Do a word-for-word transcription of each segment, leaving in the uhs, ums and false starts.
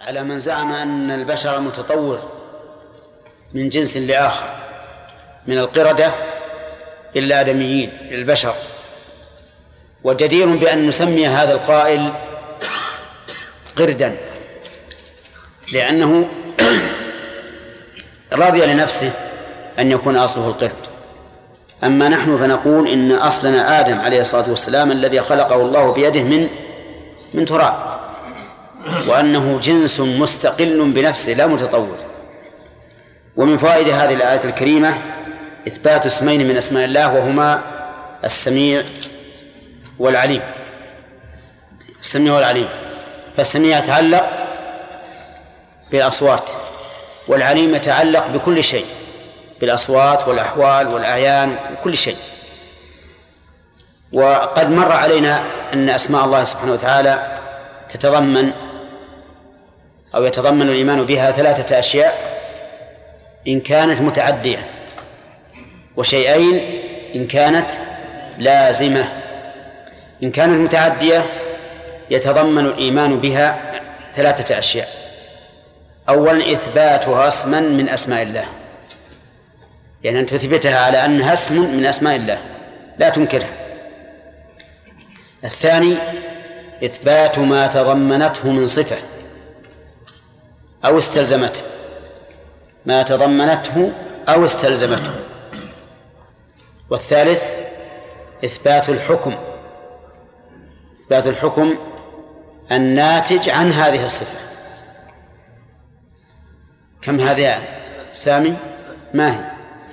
على من زعم أن البشر متطور من جنس لآخر، من القردة إلى الآدميين إلى البشر. وجدير بأن نسمي هذا القائل قردا، لأنه رضي لنفسه أن يكون أصله القرد. أما نحن فنقول إن أصلنا آدم عليه الصلاة والسلام الذي خلقه الله بيده من من تراب، وأنه جنس مستقل بنفسه لا متطور. ومن فوائد هذه الآية الكريمة إثبات اسمين من أسماء الله، وهما السميع والعليم. السميع والعليم، فالسميع يتعلق بالأصوات، والعليم يتعلق بكل شيء، بالأصوات والأحوال والأعيان وكل شيء. وقد مر علينا أن أسماء الله سبحانه وتعالى تتضمن أو يتضمن الإيمان بها ثلاثة أشياء إن كانت متعدية، وشيئين إن كانت لازمة. إن كانت متعدية يتضمن الإيمان بها ثلاثة أشياء: أولا إثباتها اسما من أسماء الله، يعني أن تثبتها على أنها اسم من أسماء الله لا تنكرها. الثاني إثبات ما تضمنته من صفة أو استلزمته، ما تضمنته أو استلزمته. والثالث إثبات الحكم، إثبات الحكم الناتج عن هذه الصفة. كم هذه سامي؟ ما هي؟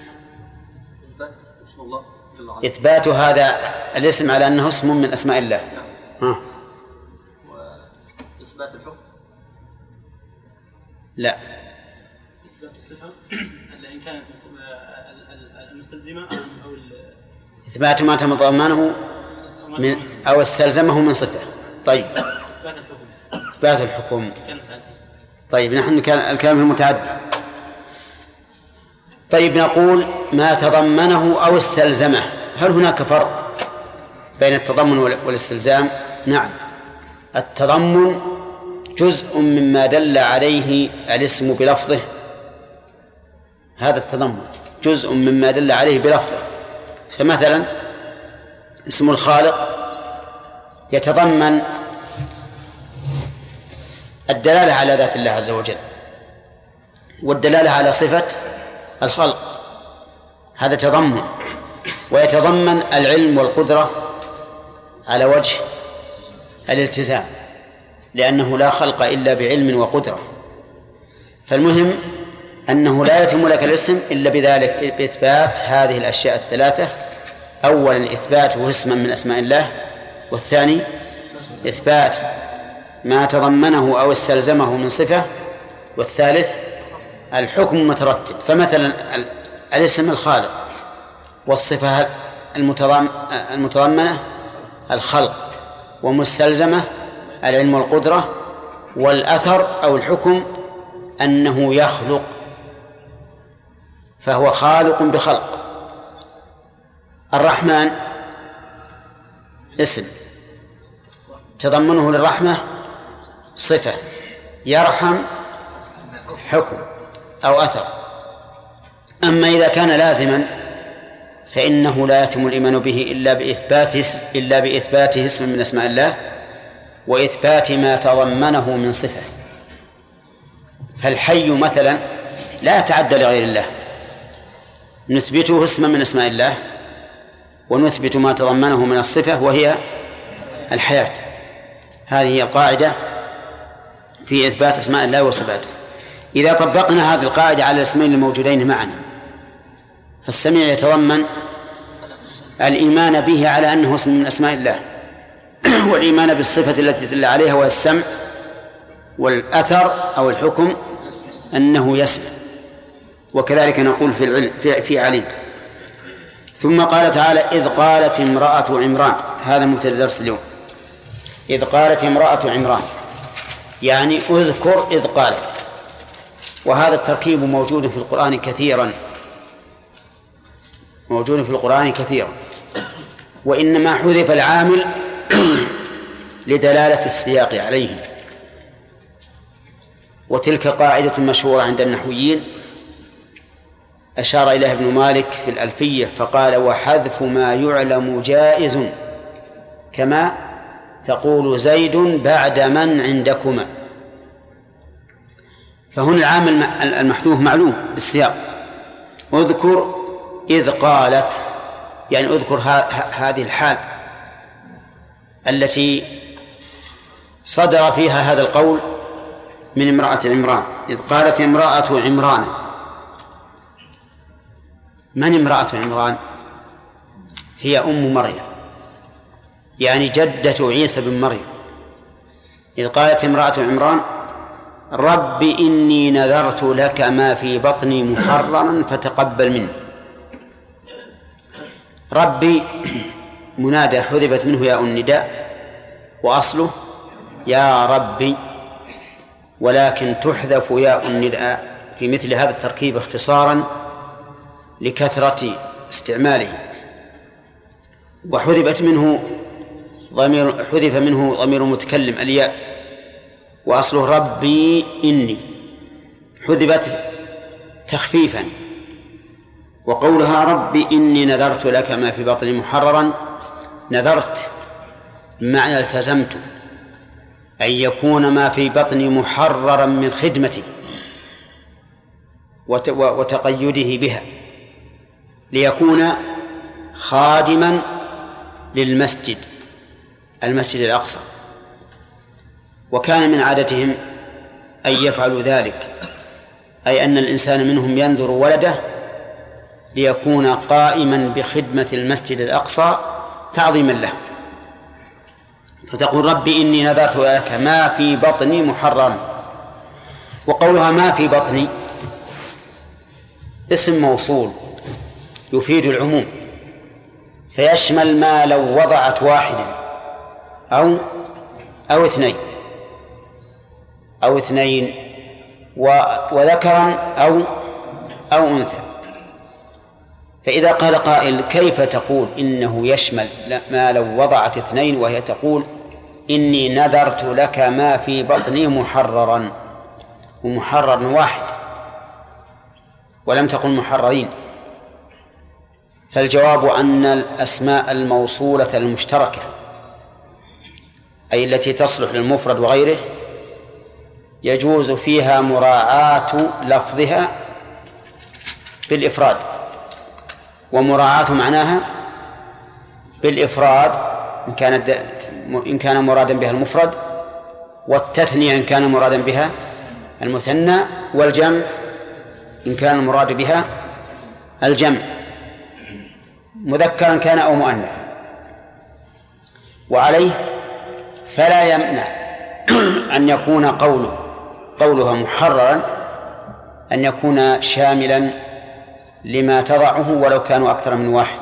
إثبات هذا الاسم على أنه اسم من أسماء الله. ها. وإثبات الحكم لا. إثبات الصفة إن كانت المستلزمة أو إثبات ما تضمنه من أو استلزمه من صفة. طيب. إثبات الحكم. طيب نحن كان الكلام المتعدي. طيب نقول ما تضمنه أو استلزمه، هل هناك فرق بين التضمن والاستلزام؟ نعم، التضمن جزء مما دل عليه الاسم بلفظه، هذا التضمن جزء مما دل عليه بلفظه. فمثلا اسم الخالق يتضمن الدلالة على ذات الله عز وجل والدلالة على صفة الخلق، هذا تضمن. ويتضمن العلم والقدرة على وجه الالتزام، لأنه لا خلق إلا بعلم وقدرة. فالمهم أنه لا يتم لك الاسم إلا بذلك، بإثبات هذه الأشياء الثلاثة: أولا إثباته اسما من أسماء الله، والثاني إثبات ما تضمنه أو استلزمه من صفة، والثالث الحكم المترتب. فمثلا الاسم الخالق والصفة المتضمنة الخلق، ومستلزمة العلم والقدرة، والأثر أو الحكم أنه يخلق، فهو خالق بخلق. الرحمن اسم تضمنه للرحمة صفة، يرحم حكم أو أثر. أما إذا كان لازما فإنه لا يتم الإيمان به إلا بإثباته إلا بإثباته اسم من أسماء الله وإثبات ما تضمنه من صفة. فالحي مثلا لا يتعدى لغير الله، نثبته اسما من أسماء الله ونثبت ما تضمنه من الصفة وهي الحياة. هذه هي القاعدة في إثبات أسماء الله وصفاته. إذا طبقنا هذه القاعدة على الاسمين الموجودين معنا، فالسميع يتضمن الإيمان به على أنه اسم من أسماء الله، والإيمان بالصفة التي دل عليها وهي السمع، والأثر أو الحكم أنه يسمع. وكذلك نقول في العلم في, في عليم. ثم قال تعالى: إذ قالت امرأة عمران، هذا مبتدأ درس اليوم. إذ قالت امرأة عمران يعني اذكر إذ قالت. وهذا التركيب موجود في القرآن كثيرا، موجود في القرآن كثيرا، وإنما حذف العامل لدلالة السياق عليه. وتلك قاعدة مشهورة عند النحويين أشار إليها ابن مالك في الألفية فقال: وحذف ما يعلم جائز كما تقول زيد بعد من عندكما. فهنا العامل المحذوف معلوم بالسياق. اذكر إذ قالت، يعني اذكر هذه الحال التي صدر فيها هذا القول من امرأة عمران. إذ قالت امرأة عمران. من امرأة عمران؟ هي أم مريم، يعني جدة عيسى بن مريم. إذ قالت امرأة عمران: رب إني نذرت لك ما في بطني محررا فتقبل مني. ربي منادى حذفت منه ياء النداء وأصله يا ربي، ولكن تحذف ياء النداء في مثل هذا التركيب اختصارا لكثرة استعماله. وحذفت منه ضمير حذف منه ضمير متكلم الياء وأصله ربي إني، حذفت تخفيفا. وقولها ربي إني نذرت لك ما في بطني محررا، نذرت بمعنى التزمت أن يكون ما في بطني محررا من خدمتي وتقيده بها، ليكون خادما للمسجد المسجد الأقصى. وكان من عادتهم أن يفعلوا ذلك، أي أن الإنسان منهم ينذر ولده ليكون قائما بخدمة المسجد الأقصى تعظيما له. فتقول ربي إني نذرت لك ما في بطني محررا. وقولها ما في بطني اسم موصول يفيد العموم، فيشمل ما لو وضعت واحدا أو أو اثنين أو اثنين وذكرا أو أو أنثى. فإذا قال قائل كيف تقول إنه يشمل ما لو وضعت اثنين، وهي تقول إني نذرت لك ما في بطني محررا، ومحرر واحد ولم تقل محررين. فالجواب أن الأسماء الموصولة المشتركة، أي التي تصلح للمفرد وغيره، يجوز فيها مراعاة لفظها بالإفراد، ومراعاة معناها بالإفراد إن كان إن كان مرادا بها المفرد، والتثنية إن كان مرادا بها المثنى، والجمع إن كان المراد بها الجمع مذكرا كان أو مؤنثا. وعليه فلا يمنع أن يكون قوله قولها محررا أن يكون شاملا لما تضعه ولو كانوا أكثر من واحد،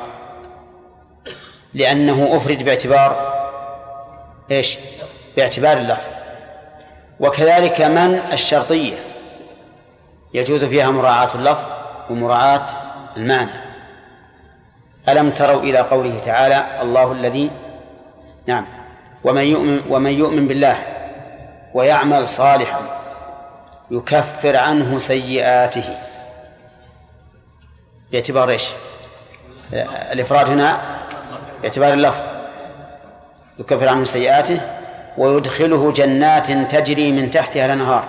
لأنه أفرد باعتبار إيش؟ باعتبار اللفظ. وكذلك من الشرطية يجوز فيها مراعاة اللفظ ومراعاة المعنى. ألم تروا إلى قوله تعالى الله الذي نعم ومن يؤمن, ومن يؤمن بالله ويعمل صالحا يكفر عنه سيئاته، باعتبار إيش؟ الإفراد هنا باعتبار اللفظ، يكفر عنه سيئاته ويدخله جنات تجري من تحتها الأنهار،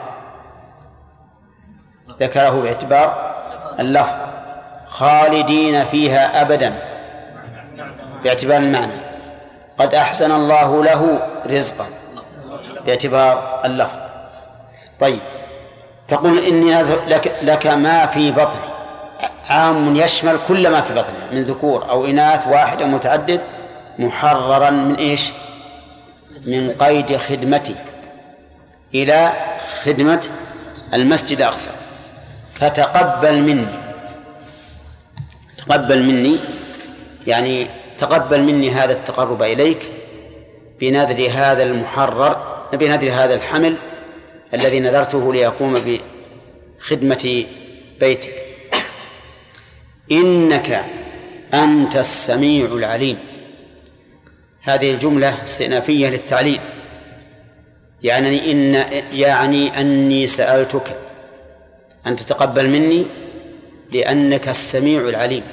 ذكره باعتبار اللفظ. خالدين فيها أبدا باعتبار المعنى. قد أحسن الله له رزقا باعتبار اللفظ. طيب، تقول إني لك, لك ما في بطني، عام يشمل كل ما في بطنه من ذكور أو إناث واحد أو متعدد، محررا من إيش؟ من قيد خدمتي إلى خدمة المسجد الأقصى. فتقبل مني، تقبل مني يعني تقبل مني هذا التقرب إليك بنذر هذا المحرر، بنذر هذا الحمل الذي نذرته ليقوم بخدمة بيتك. إنك أنت السميع العليم. هذه الجملة استئنافية للتعليل، يعني إن يعني أني سألتك أن تتقبل مني لأنك السميع العليم.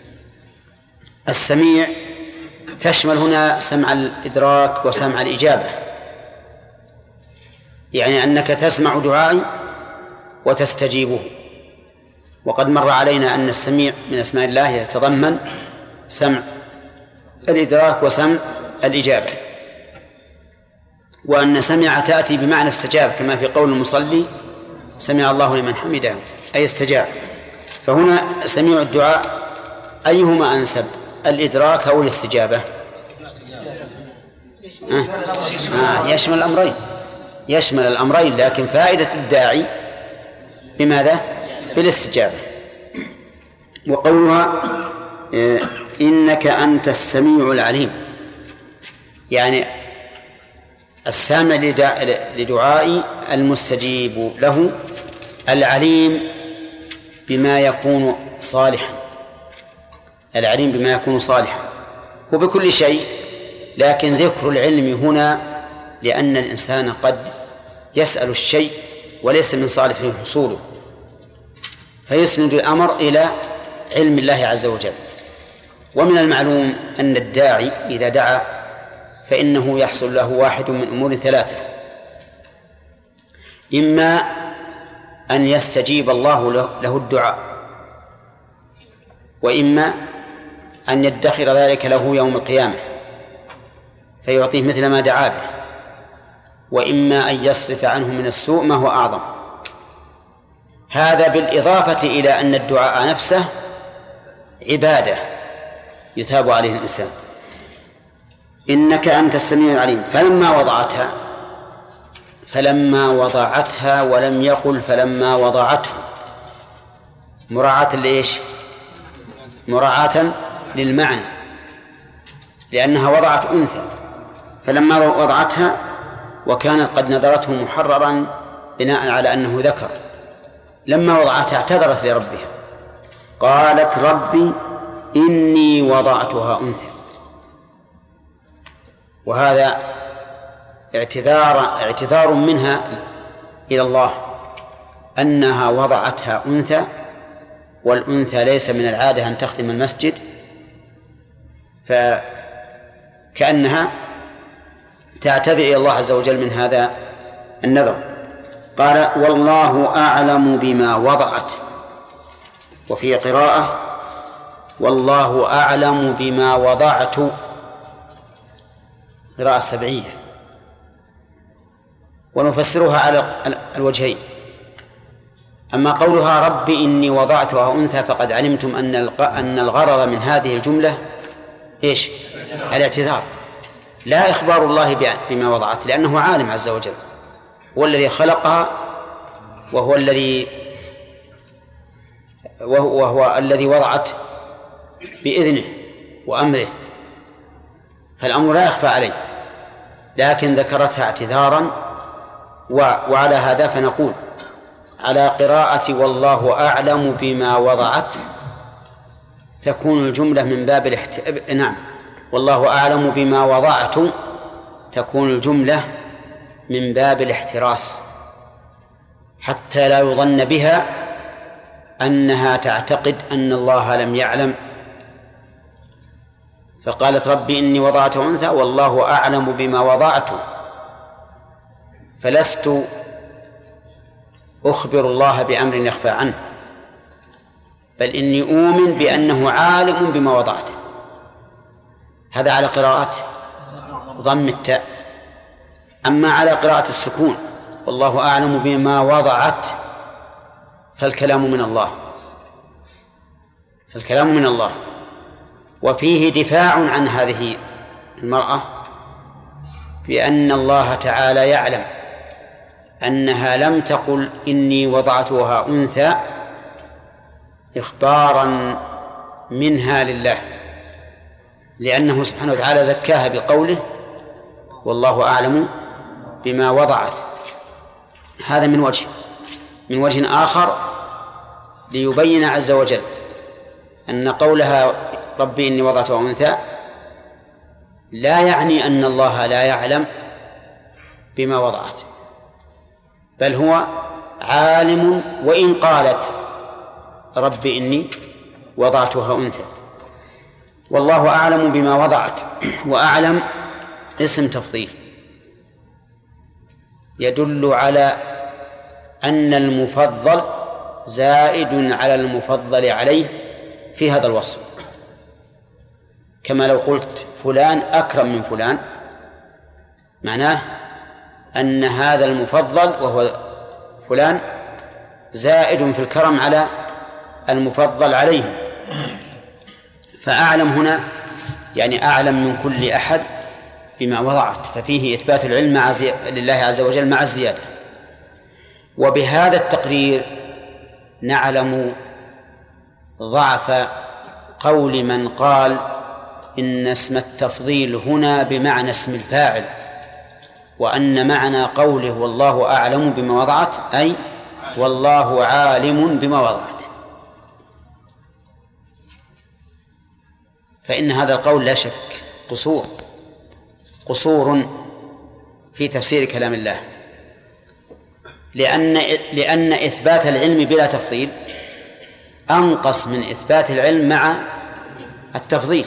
السميع تشمل هنا سمع الإدراك وسمع الإجابة، يعني أنك تسمع دعائي وتستجيبه. وقد مر علينا أن السميع من أسماء الله يتضمن سمع الإدراك وسمع الإجابة، وأن سمع تأتي بمعنى استجاب كما في قول المصلي سمع الله لمن حمده أي استجاب. فهنا سميع الدعاء أيهما أنسب، الإدراك أو الاستجابة؟ آه. آه. يشمل الأمرين يشمل الأمرين لكن فائدة الداعي بماذا؟ بالاستجابة. وقولها إنك أنت السميع العليم، يعني السامع لدعائي المستجيب له العليم بما يكون صالحا العليم بما يكون صالحا وبكل شيء. لكن ذكر العلم هنا لأن الإنسان قد يسأل الشيء وليس من صالحه حصوله، فيسند الأمر إلى علم الله عز وجل. ومن المعلوم أن الداعي إذا دعا فإنه يحصل له واحد من أمور ثلاثة: إما أن يستجيب الله له الدعاء، وإما أن يدخر ذلك له يوم القيامة فيعطيه مثل ما دعا به، وإما أن يصرف عنه من السوء ما هو أعظم. هذا بالإضافة إلى أن الدعاء نفسه عبادة يثاب عليه الإنسان. إنك أنت السميع العليم. فلما وضعتها فلما وضعتها ولم يقل فلما وضعته، مراعاة لإيش؟ مراعاة للمعنى، لأنها وضعت أنثى. فلما وضعتها وكانت قد نذرته محررا بناء على أنه ذكر، لما وضعتها اعتذرت لربها قالت ربي إني وضعتها أنثى. وهذا اعتذار اعتذار منها إلى الله أنها وضعتها أنثى، والأنثى ليس من العادة أن تختم المسجد، فكأنها تعتذر إلى الله عز وجل من هذا النذر. قال والله أعلم بما وضعت، وفي قراءة والله أعلم بما وضعت، قراءة سبعية، ونفسرها على الوجهين. أما قولها رب إني وضعتها أنثى فقد علمتم أن الغرض من هذه الجملة إيش؟ الاعتذار، لا إخبار الله بما وضعت، لأنه عالم عز وجل، هو الذي خلقها وهو الذي وهو, وهو الذي وضعت بإذنه وأمره، فالأمر لا يخفى عليه، لكن ذكرتها اعتذارا. وعلى هذا فنقول على قراءة والله أعلم بما وضعت تكون الجملة من باب الاحت... نعم والله أعلم بما وضعت تكون الجملة من باب الاحتراس، حتى لا يظن بها أنها تعتقد أن الله لم يعلم. فقالت ربي إني وضعت أنثى والله أعلم بما وضعت، فلست أخبر الله بأمر يخفى عنه، بل إني أؤمن بأنه عالم بما وضعته. هذا على قراءة ضم التاء. أما على قراءة السكون والله أعلم بما وضعت فالكلام من الله فالكلام من الله وفيه دفاع عن هذه المرأة بأن الله تعالى يعلم أنها لم تقل إني وضعتها أنثى إخبارا منها لله، لأنه سبحانه وتعالى زكاها بقوله والله أعلم بما وضعت. هذا من وجه من وجه آخر ليبين عز وجل أن قولها ربي إني وضعتها أنثى لا يعني أن الله لا يعلم بما وضعت، بل هو عالم. وإن قالت رب إني وضعتها أنثى، والله أعلم بما وضعت. وأعلم اسم تفضيل يدل على أن المفضل زائد على المفضل عليه في هذا الوصف، كما لو قلت فلان أكرم من فلان، معناه أن هذا المفضل وهو فلان زائد في الكرم على المفضل عليه. فأعلم هنا يعني أعلم من كل أحد بما وضعت، ففيه إثبات العلم مع زي... لله عز وجل مع الزيادة. وبهذا التقرير نعلم ضعف قول من قال إن اسم التفضيل هنا بمعنى اسم الفاعل، وأن معنى قوله والله أعلم بما وضعت أي والله عالم بما وضعت. فإن هذا القول لا شك قصور قصور في تفسير كلام الله، لأن لأن إثبات العلم بلا تفضيل أنقص من إثبات العلم مع التفضيل،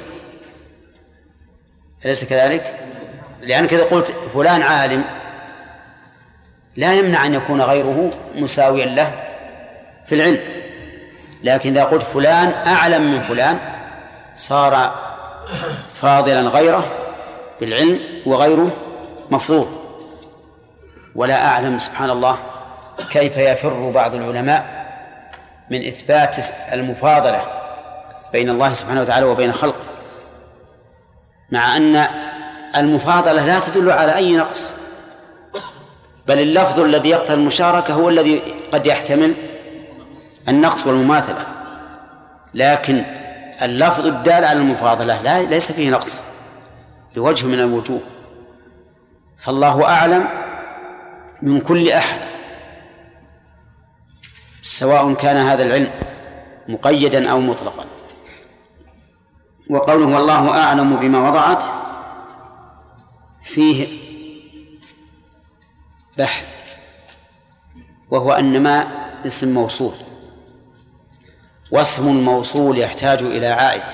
أليس كذلك؟ لأن كذا قلت فلان عالم لا يمنع أن يكون غيره مساويا له في العلم، لكن إذا قلت فلان أعلم من فلان صار فاضلا غيره بالعلم وغيره مفضول. ولا أعلم سبحان الله كيف يفر بعض العلماء من إثبات المفاضلة بين الله سبحانه وتعالى وبين خلقه، مع أن المفاضلة لا تدل على أي نقص، بل اللفظ الذي يقتضي المشاركة هو الذي قد يحتمل النقص والمماثلة، لكن اللفظ الدال على المفاضلة لا ليس فيه نقص بوجه من الوجوه. فالله أعلم من كل أحد، سواء كان هذا العلم مقيدا أو مطلقا. وقوله والله أعلم بما وضعت فيه بحث، وهو أن ما اسم موصول، واسم الموصول يحتاج إلى عائد،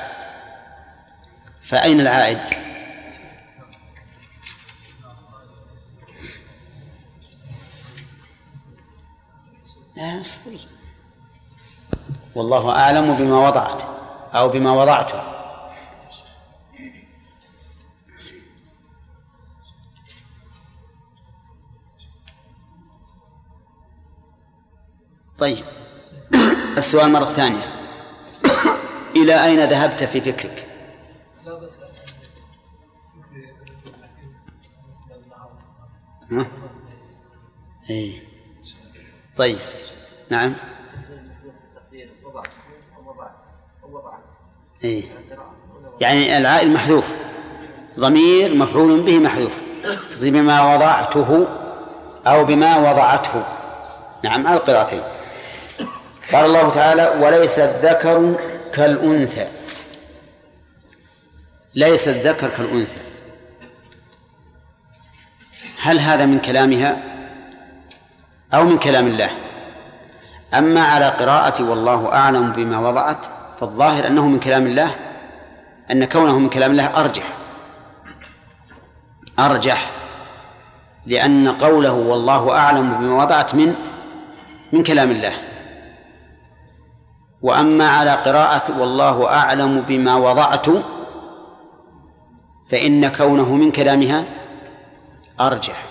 فأين العائد؟ لا أصبر. والله أعلم بما وضعت أو بما وضعته. طيب، السؤال مرة ثانية: إلى أين ذهبت في فكرك؟ لا بس ها؟ إيه. طيب، نعم. إيه. يعني العائل محذوف، ضمير مفعول به محذوف، بما وضعته أو بما وضعته. نعم، على القراءتين. قال الله تعالى: وليس الذكر كالأنثى. ليس الذكر كالأنثى، هل هذا من كلامها أو من كلام الله؟ أما على قراءة والله أعلم بما وضعت فالظاهر أنه من كلام الله، أن كونه من كلام الله أرجح أرجح لأن قوله والله أعلم بما وضعت من من كلام الله. وأما على قراءة والله أعلم بما وضعت فإن كونه من كلامها أرجح،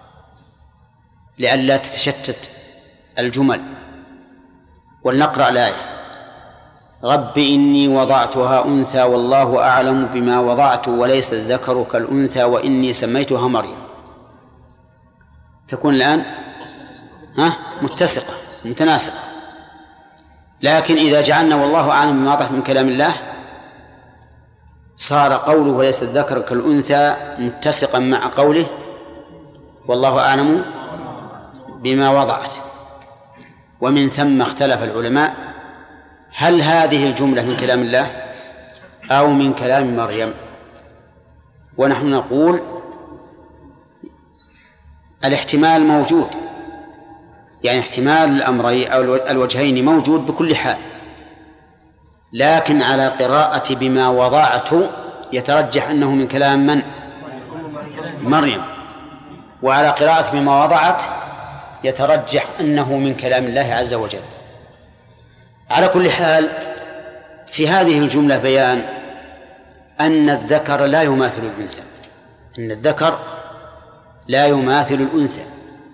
لئلا تتشتت الجمل. ولنقرأ الآية: رب إني وضعتها أنثى والله أعلم بما وضعت وليس الذكر كالأنثى وإني سميتها مريم. تكون الآن ها متسقة متناسقة. لكن إذا جعلنا والله أعلم بما وضعت من كلام الله صار قوله وليس الذكر كالأنثى متسقا مع قوله والله أعلم بما وضعت. ومن ثم اختلف العلماء هل هذه الجملة من كلام الله أو من كلام مريم. ونحن نقول الاحتمال موجود، يعني احتمال الأمرين أو الوجهين موجود بكل حال، لكن على قراءة بما وضعته يترجح أنه من كلام من؟ مريم. وعلى قراءة بما وضعت يترجح أنه من كلام الله عز وجل. على كل حال في هذه الجملة بيان أن الذكر لا يماثل الأنثى، أن الذكر لا يماثل الأنثى،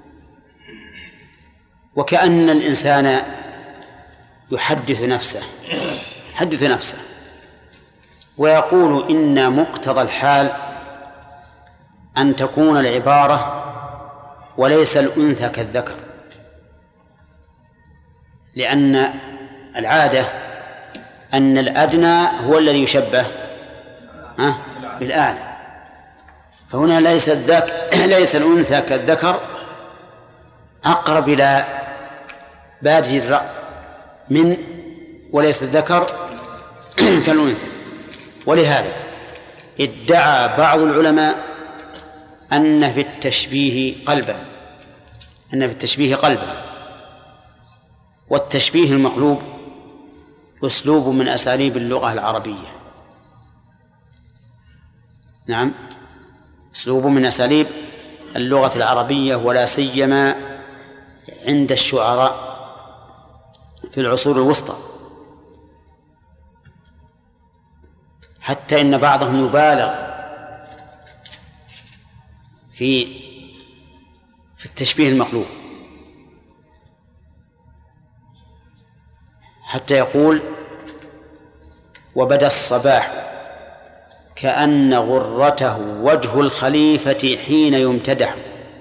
وكأن الإنسان يحدث نفسه يحدث نفسه ويقول إن مقتضى الحال أن تكون العبارة وليس الأنثى كالذكر، لأن العادة أن الأدنى هو الذي يشبه بالأعلى، فهنا ليس الذك ليس الأنثى كالذكر أقرب إلى بادئ الرأي من وليس الذكر كالأنثى. ولهذا ادعى بعض العلماء أن في التشبيه قلبا أن في التشبيه قلبا والتشبيه المقلوب أسلوب من أساليب اللغة العربية. نعم، أسلوب من أساليب اللغة العربية، ولا سيما عند الشعراء في العصور الوسطى، حتى إن بعضهم يبالغ في في التشبيه المقلوب، حتى يقول وبدا الصباح كأن غرته وجه الخليفة حين يمتدح.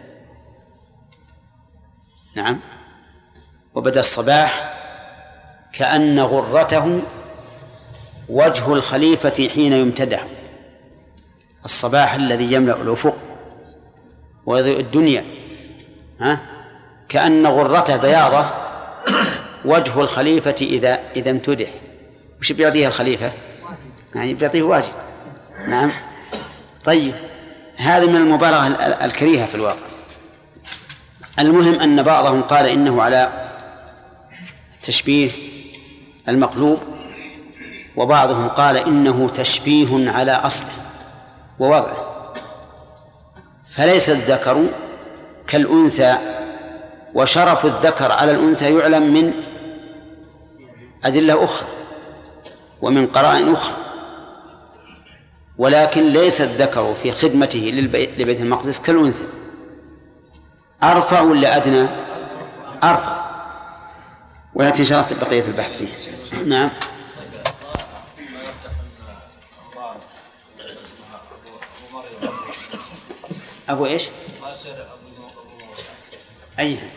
نعم، وبدا الصباح كأن غرته وجه الخليفة حين يمتدح. الصباح الذي يملأ الأفق ويضيء الدنيا، ها؟ كأن غرته بياضة وجه الخليفة إذا إذا امتدح. وش بيعطيه الخليفة؟ يعني بيعطيه واجد. نعم. طيب، هذا من المبالغة الكريهة في الواقع. المهم أن بعضهم قال إنه على تشبيه المقلوب، وبعضهم قال إنه تشبيه على أصله ووضعه، فليس الذكر كالأنثى، وشرف الذكر على الأنثى يعلم من أدلة أخرى ومن قرائن أخرى، ولكن ليس الذكر في خدمته لبيت المقدس كالأنثى. أرفع ولا أدنى؟ أرفع، ويأتي إن شاء الله بقية البحث فيه. نعم. أبو إيش؟ أيها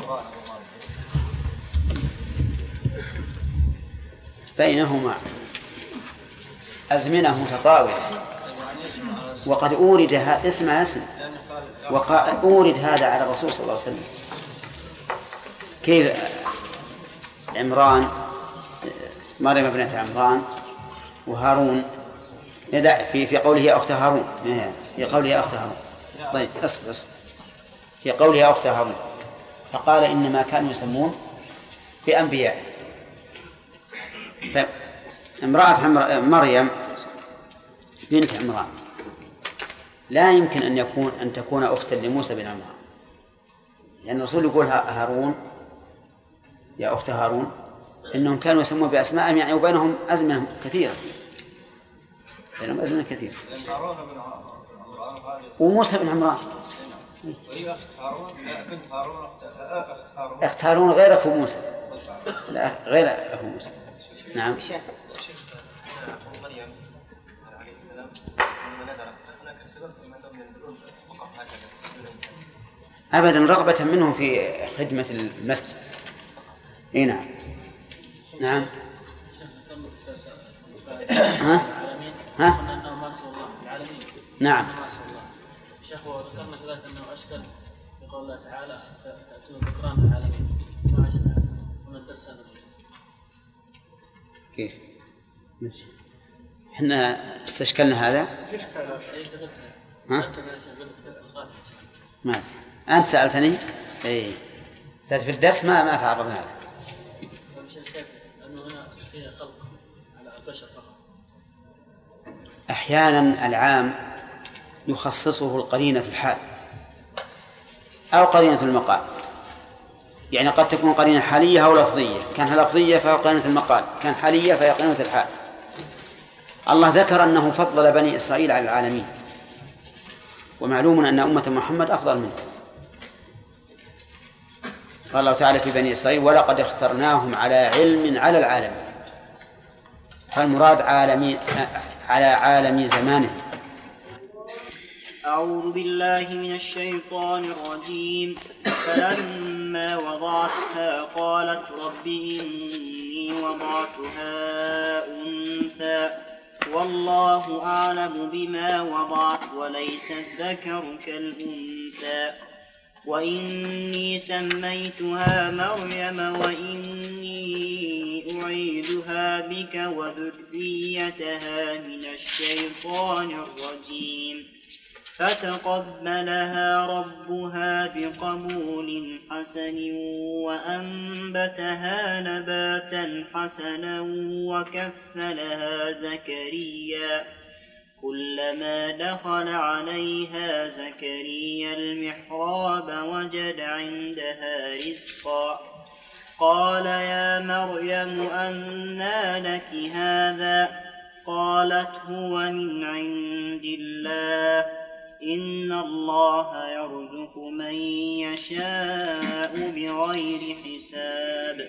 بينهما أزمنة متطاولة، وقد أورد اسمع اسم وقد أورد هذا على الرسول صلى الله عليه وسلم. كيف عمران مريم ابنة عمران وهارون في في قوله يا أخت هارون، في قوله يا أخت هارون. طيب أصبر أصبر في قوله يا أخت هارون، فقال إنما كانوا يسمون بأنبياء. امرأة مريم بنت عمران لا يمكن أن يكون أن تكون أختا لموسى بن عمران، لأن يعني الرسول يقول هارون يا أخت هارون، إنهم كانوا يسمون بأسمائهم يعني، وبينهم أزمنة كثيرة بينهم أزمنة كثيرة. وموسى بن عمران وهي أخت هارون بنت هارون أخت هارون غير أخو موسى، لا غير أخو موسى. نعم. مريم عليه السلام لما نذرت هناك سبب ما لم ينذرون فقط هكذا أبدا، رغبة منهم في خدمة المسجد. إيه نعم. نعم. ها؟ ها؟ نعم. شيخ وذكرنا كذلك أنه أشكل في قول الله تعالى تأتون ذكران العالمين ما عجبنا من الدرس هذا. كيف؟ احنا استشكلنا هذا. ها؟ ماذا؟ أنت سألتني إيه سألت في الدرس ما ما تعرضنا له. لأنه هنا فيها خلق على البشر فقط. أحيانا العام يخصصه القرينة في الحال أو قرينة المقال، يعني قد تكون قرينة حالية أو لفظية، كانت لفظية فهي قرينة المقال، كان حالية فهي قرينة الحال. الله ذكر أنه فضل بني إسرائيل على العالمين، ومعلوم أن أمة محمد أفضل منه. قال الله تعالى في بني إسرائيل ولقد اخترناهم على علم على العالمين، فالمراد عالمي على عالم زمانه. أعوذ بالله من الشيطان الرجيم. فلما وضعتها قالت رب إني وضعتها أنثى والله أعلم بما وضعت وليس الذكر كالأنثى وإني سميتها مريم وإني أعيذها بك وذريتها من الشيطان الرجيم. فتقبلها ربها بقبول حسن وأنبتها نباتا حسنا وكفلها زكريا كلما دخل عليها زكريا المحراب وجد عندها رزقا قال يا مريم أنى لك هذا قالت هو من عند الله إن الله يرزق من يشاء بغير حساب.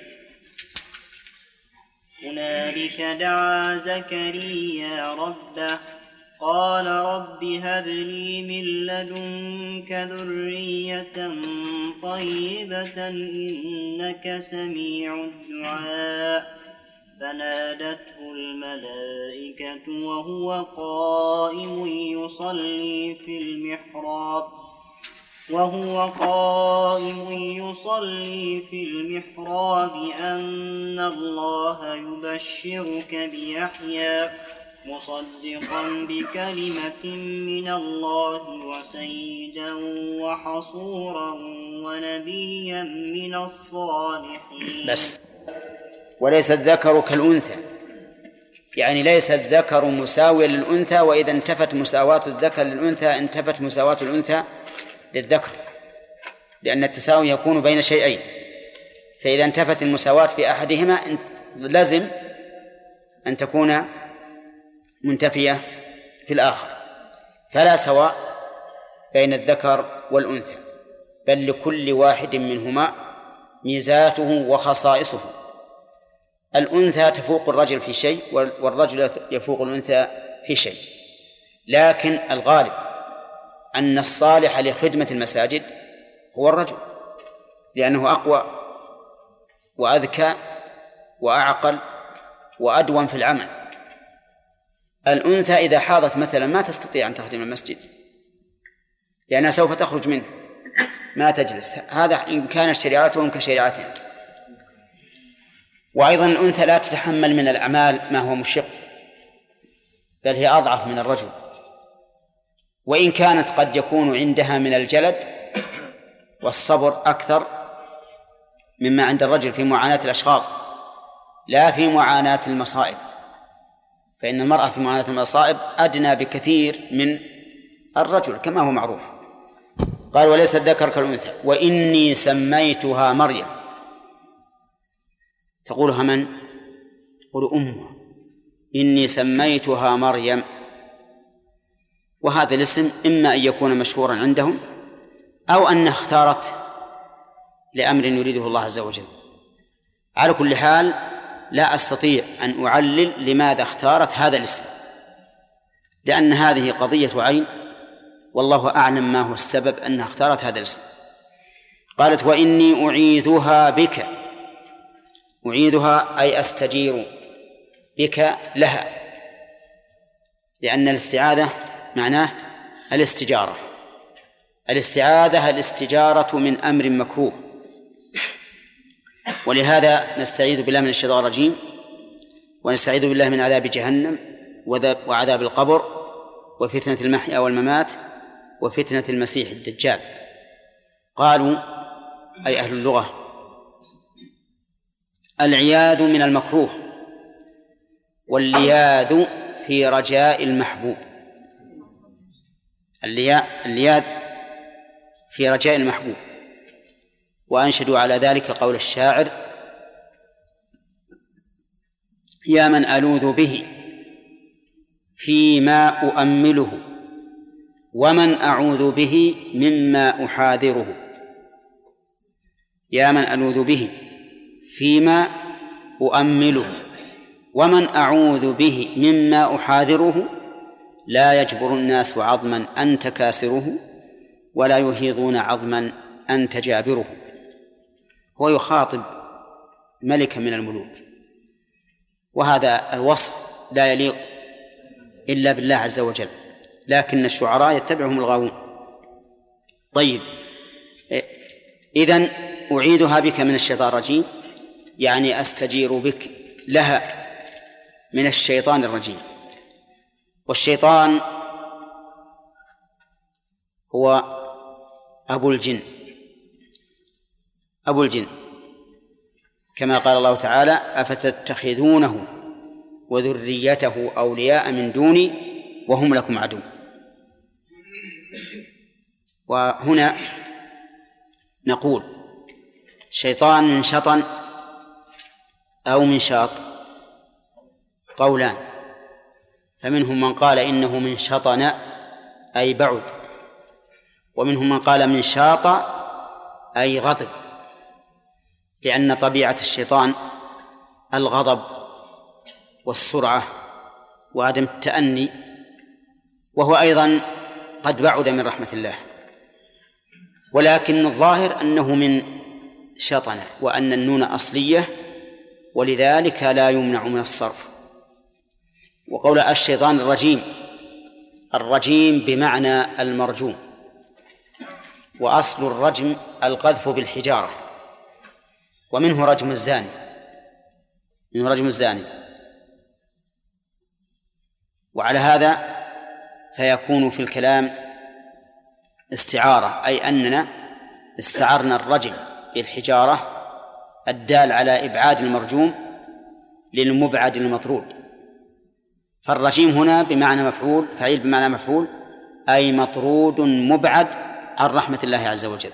هنالك دعا زكريا ربه قال رب هب لي من لدنك ذرية طيبة إنك سميع الدعاء. فنادته الملائكة وهو قائم يصلي في المحراب وهو قائم يصلي في المحراب أن الله يبشرك بيحيى مصدقا بكلمة من الله وسيدا وحصورا ونبيا من الصالحين. بس وليس الذكر كالأنثى، يعني ليس الذكر مساويا للأنثى، وإذا انتفت مساواة الذكر للأنثى انتفت مساواة الأنثى للذكر، لأن التساوي يكون بين شيئين، فإذا انتفت المساواة في أحدهما لازم أن تكون منتفية في الآخر، فلا سواء بين الذكر والأنثى، بل لكل واحد منهما ميزاته وخصائصه. الأنثى تفوق الرجل في شيء والرجل يفوق الأنثى في شيء، لكن الغالب أن الصالح لخدمة المساجد هو الرجل، لأنه أقوى وأذكى وأعقل وأدوم في العمل. الأنثى إذا حاضت مثلا ما تستطيع أن تخدم المسجد، لأنها سوف تخرج منه ما تجلس. هذا إن كانت شريعتهم كشريعتنا. وأيضا الأنثى لا تتحمل من الأعمال ما هو مشق، بل هي أضعف من الرجل، وإن كانت قد يكون عندها من الجلد والصبر أكثر مما عند الرجل في معاناة الأشغال، لا في معاناة المصائب، فإن المرأة في معاناة المصائب أدنى بكثير من الرجل كما هو معروف. قال وليس الذكر كالأنثى وإني سميتها مريم. تقولها من؟ تقول أمها. إني سميتها مريم، وهذا الاسم إما أن يكون مشهورا عندهم أو أنها اختارت لأمر يريده الله عز وجل. على كل حال لا أستطيع أن أعلل لماذا اختارت هذا الاسم، لأن هذه قضية عين، والله أعلم ما هو السبب أنها اختارت هذا الاسم. قالت وإني أعيذها بك. أعيذها أي أستجير بك لها، لأن الاستعاذة معناه الاستجارة. الاستعاذة الاستجارة من أمر مكروه، ولهذا نستعيذ بالله من الشيطان الرجيم، ونستعيذ بالله من عذاب جهنم وعذاب القبر وفتنة المحيا والممات وفتنة المسيح الدجال. قالوا أي أهل اللغة العياذ من المكروه، واللياذ في رجاء المحبوب. اللياذ في رجاء المحبوب. وأنشدوا على ذلك قول الشاعر: يا من ألوذ به فيما أؤمله، ومن أعوذ به مما أحاذره. يا من ألوذ به فيما أؤمله، ومن أعوذ به مما أحاذره. لا يجبر الناس عظما أنت كاسره، ولا يهيضون عظما أنت جابره. هو يخاطب ملكا من الملوك، وهذا الوصف لا يليق إلا بالله عز وجل، لكن الشعراء يتبعهم الغاوون. طيب، إذن أعيذها بك من الشيطان الرجيم، يعني أستجير بك لها من الشيطان الرجيم. والشيطان هو أبو الجن، أبو الجن، كما قال الله تعالى: أفتتخذونه وذريته أولياء من دوني وهم لكم عدو. وهنا نقول شيطان من شطن أو من شاط قولان، فمنهم من قال إنه من شطن أي بعد، ومنهم من قال من شاط أي غضب، لأن طبيعة الشيطان الغضب والسرعة وعدم التأني، وهو أيضا قد بعد من رحمة الله. ولكن الظاهر أنه من شطن، وأن النون أصلية، ولذلك لا يمنع من الصرف. وقول الشيطان الرجيم، الرجيم بمعنى المرجوم، وأصل الرجم القذف بالحجارة، ومنه رجم الزاني، منه رجم الزاني. وعلى هذا فيكون في الكلام استعارة، أي أننا استعرنا الرجم بالحجارة الدال على إبعاد المرجوم للمبعد المطرود. فالرجيم هنا بمعنى مفعول، فعيل بمعنى مفعول، أي مطرود مبعد عن رحمة الله عز وجل.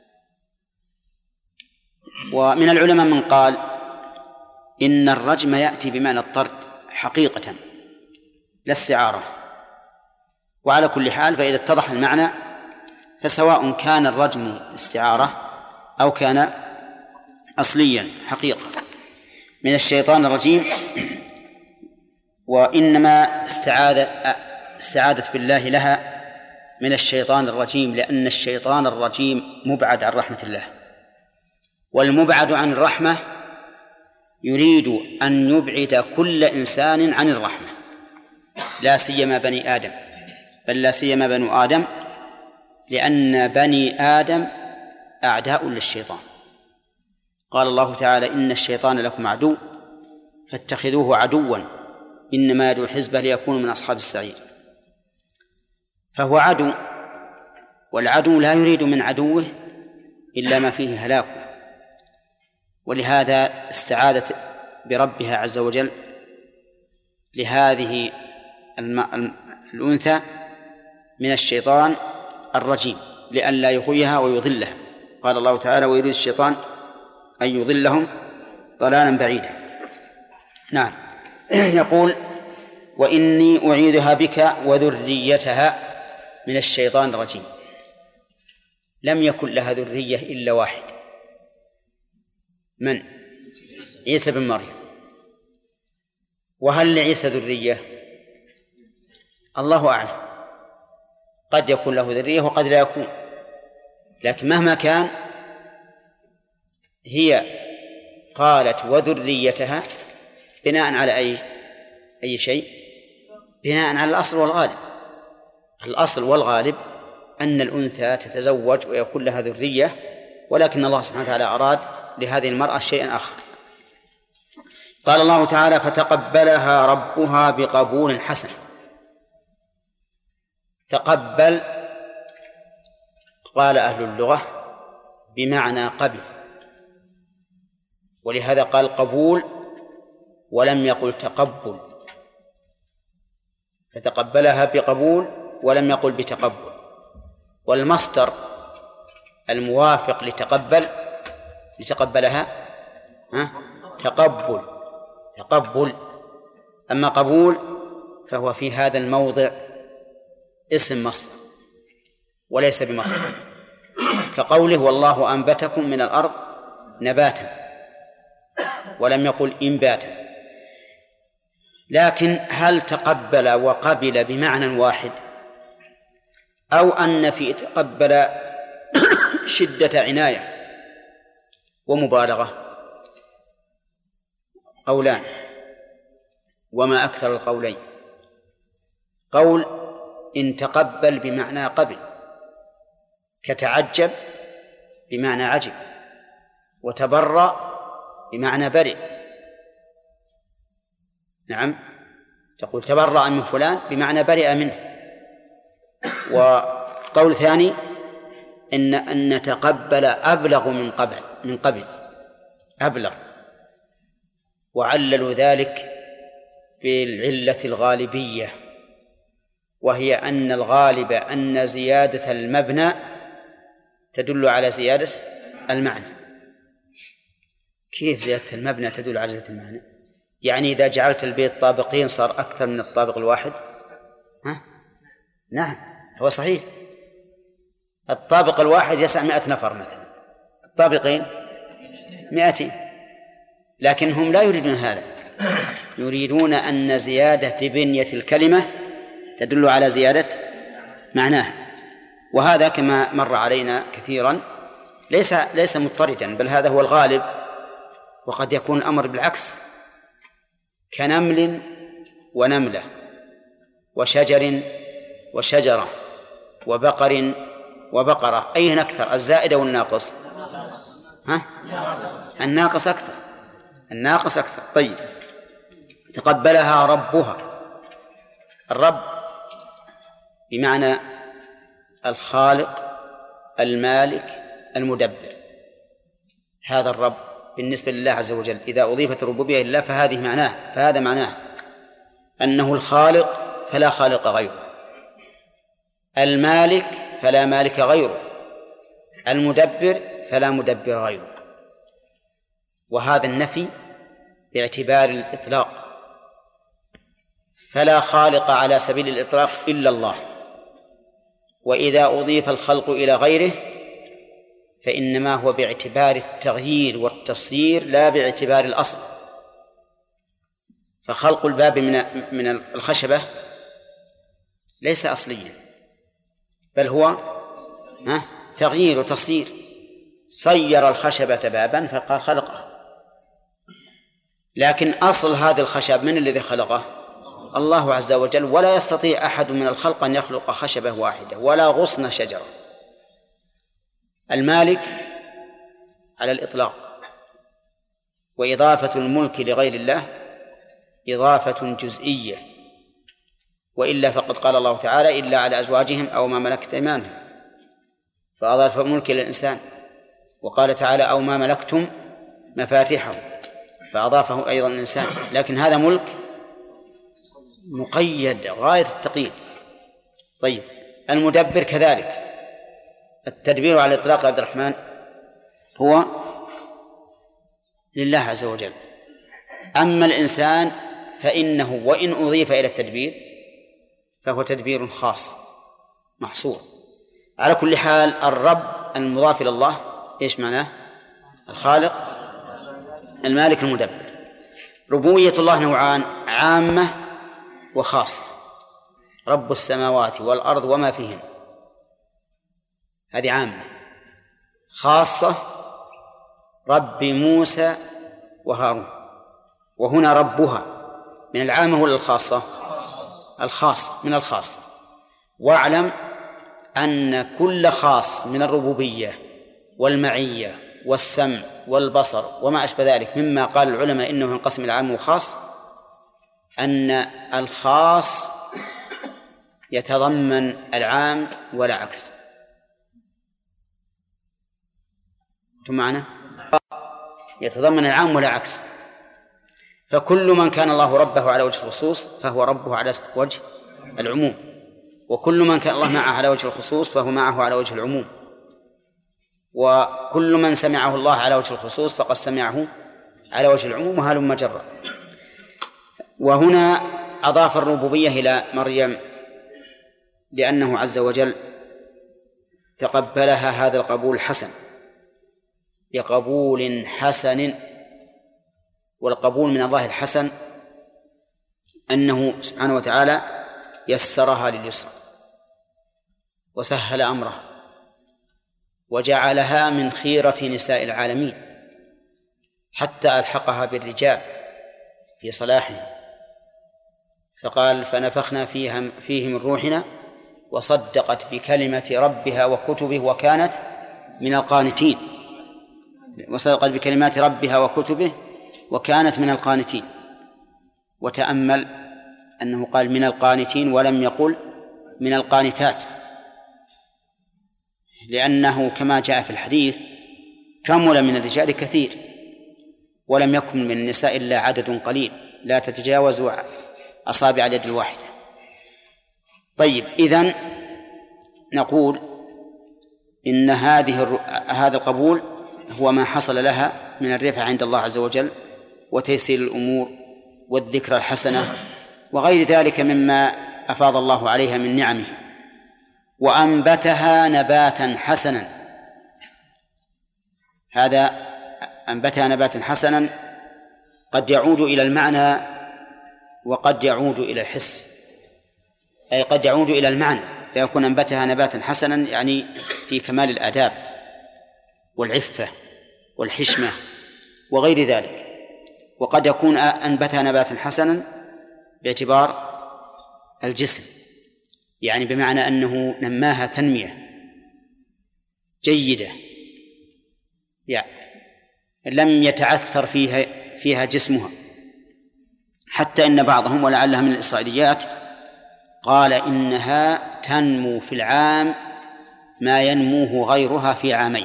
ومن العلماء من قال إن الرجم يأتي بمعنى الطرد حقيقة لا استعارة. وعلى كل حال فإذا اتضح المعنى فسواء كان الرجم استعارة أو كان أصليا حقيقة من الشيطان الرجيم. وإنما استعاذ استعاذت بالله لها من الشيطان الرجيم، لأن الشيطان الرجيم مبعد عن رحمة الله، والمبعد عن الرحمة يريد أن يبعد كل إنسان عن الرحمة، لا سيما بني آدم، بل لا سيما بنو آدم، لأن بني آدم أعداء للشيطان. قال الله تعالى: إن الشيطان لكم عدو فاتخذوه عدوا إنما يدعو حزبه ليكونوا من أصحاب السعير. فهو عدو، والعدو لا يريد من عدوه إلا ما فيه هلاكه، ولهذا استعاذت بربها عز وجل لهذه الأنثى من الشيطان الرجيم لئلا يغويها ويضلها. قال الله تعالى: ويريد الشيطان أن يضلهم ضلالا بعيدا. نعم. يقول: وإني أعيذها بك وذريتها من الشيطان الرجيم. لم يكن لها ذرية إلا واحد، من؟ عيسى بن مريم. وهل لعيسى ذرية؟ الله أعلم، قد يكون له ذرية وقد لا يكون، لكن مهما كان هي قالت وذريتها بناء على أي أي شيء؟ بناء على الأصل والغالب. الأصل والغالب أن الأنثى تتزوج ويكون لها ذرية، ولكن الله سبحانه وتعالى أراد لهذه المرأة شيئا آخر. قال الله تعالى: فتقبلها ربها بقبول حسن. تقبل، قال أهل اللغة بمعنى قبل، ولهذا قال قبول ولم يقل تقبل، فتقبلها بقبول ولم يقل بتقبل. والمصدر الموافق لتقبل لتقبلها ها؟ تقبل تقبل. أما قبول فهو في هذا الموضع اسم مصدر وليس بمصدر، كقوله والله أنبتكم من الأرض نباتا، ولم يقل إنباتا. لكن هل تقبل وقبل بمعنى واحد، أو أن في تقبل شدة عناية ومبالغة؟ قولان، وما أكثر القولين. قول إن تقبل بمعنى قبل، كتعجب بمعنى عجب، وتبرأ بمعنى برئ. نعم، تقول تبرأ من فلان بمعنى برئ منه. وقول ثاني إن أن تقبل أبلغ من قبل من قبل أبلغ، وعللوا ذلك بالعلة الغالبية، وهي أن الغالب أن زيادة المبنى تدل على زيادة المعنى. كيف زيادة المبنى تدل على زيادة المعنى؟ يعني إذا جعلت البيت طابقين صار أكثر من الطابق الواحد؟ ها؟ نعم، هو صحيح. الطابق الواحد يسع مئة نفر مثلا، الطابقين مئتين، لكن هم لا يريدون هذا، يريدون أن زيادة بنية الكلمة تدل على زيادة معناها. وهذا كما مر علينا كثيرا ليس ليس مضطردا، بل هذا هو الغالب، وقد يكون الأمر بالعكس، كنمل ونملة وشجر وشجرة وبقر وبقرة، أين أكثر، الزائد أو الناقص؟ ها؟ الناقص أكثر، الناقص أكثر. طيب، تقبلها ربها. الرب بمعنى الخالق المالك المدبر، هذا الرب بالنسبة لله عز وجل. إذا أضيفت الربوبية لله فهذه معناه فهذا معناه أنه الخالق فلا خالق غيره، المالك فلا مالك غيره، المدبر فلا مدبر غيره. وهذا النفي باعتبار الإطلاق، فلا خالق على سبيل الإطلاق إلا الله. وإذا أضيف الخلق إلى غيره فإنما هو باعتبار التغيير والتصيير لا باعتبار الأصل. فخلق الباب من من الخشبة ليس أصليا، بل هو ها تغيير وتصيير. صير الخشبة بابا فقال خلقه، لكن أصل هذا الخشب من الذي خلقه؟ الله عز وجل. ولا يستطيع أحد من الخلق أن يخلق خشبة واحدة ولا غصن شجرة. المالك على الإطلاق، وإضافة الملك لغير الله إضافة جزئية، وإلا فقد قال الله تعالى إلا على أزواجهم أو ما ملكت أيمانهم، فأضاف الملك إلى الإنسان. وقال تعالى أو ما ملكتم مفاتحه، فأضافه أيضا الإنسان. لكن هذا ملك مقيد غاية التقييد. طيب، المدبر كذلك. التدبير على الإطلاق عبد الرحمن هو لله عز وجل. أما الإنسان فإنه وإن أضيف إلى التدبير فهو تدبير خاص محصور. على كل حال الرب المضاف إلى الله إيش معناه؟ الخالق المالك المدبر. ربوبية الله نوعان، عامة وخاصة. رب السماوات والأرض وما فيهن، هذه عامة. خاصة رب موسى وهارون. وهنا ربها من العامة ولا الخاصة؟ الخاصة، من الخاصة. واعلم أن كل خاص من الربوبية والمعية والسمع والبصر وما أشبه ذلك مما قال العلماء إنه ينقسم إلى عام وخاص، أن الخاص يتضمن العام ولا عكس. أنتم معنا؟ يتضمن العام ولا عكس. فكل من كان الله ربه على وجه الخصوص فهو ربه على وجه العموم، وكل من كان الله معه على وجه الخصوص فهو معه على وجه العموم، وكل من سمعه الله على وجه الخصوص فقد سمعه على وجه العموم، وهلم مجرا. وهنا أضاف الربوبية إلى مريم لأنه عز وجل تقبلها هذا القبول الحسن بقبول حسن. والقبول من الله الحسن أنه سبحانه وتعالى يسرها لليسرى وسهل أمرها وجعلها من خيرة نساء العالمين حتى ألحقها بالرجال في صلاحهم، فقال فنفخنا فيها فيه من روحنا وصدقت بكلمة ربها وكتبه وكانت من القانتين. وصدقت بكلمات ربها وكتبه وكانت من القانتين. وتأمل أنه قال من القانتين ولم يقل من القانتات، لأنه كما جاء في الحديث كمل من الرجال كثير ولم يكن من النساء إلا عدد قليل لا تتجاوز أصابع اليد الواحدة. طيب، إذن نقول إن هذه هذا القبول هو ما حصل لها من الرفعة عند الله عز وجل وتيسير الأمور والذكرى الحسنة وغير ذلك مما أفاض الله عليها من نعمه. وأنبتها نباتا حسنا، هذا أنبتها نباتا حسنا قد يعود إلى المعنى وقد يعود إلى الحس، أي قد يعود إلى المعنى فيكون أنبتها نباتا حسنا يعني في كمال الآداب والعفة والحشمة وغير ذلك، وقد يكون أنبتها نباتا حسنا باعتبار الجسم، يعني بمعنى أنه نماها تنمية جيدة، يعني لم يتعثر فيها فيها جسمها، حتى إن بعضهم ولعلها من الإسرائيليات قال إنها تنمو في العام ما ينموه غيرها في عامين.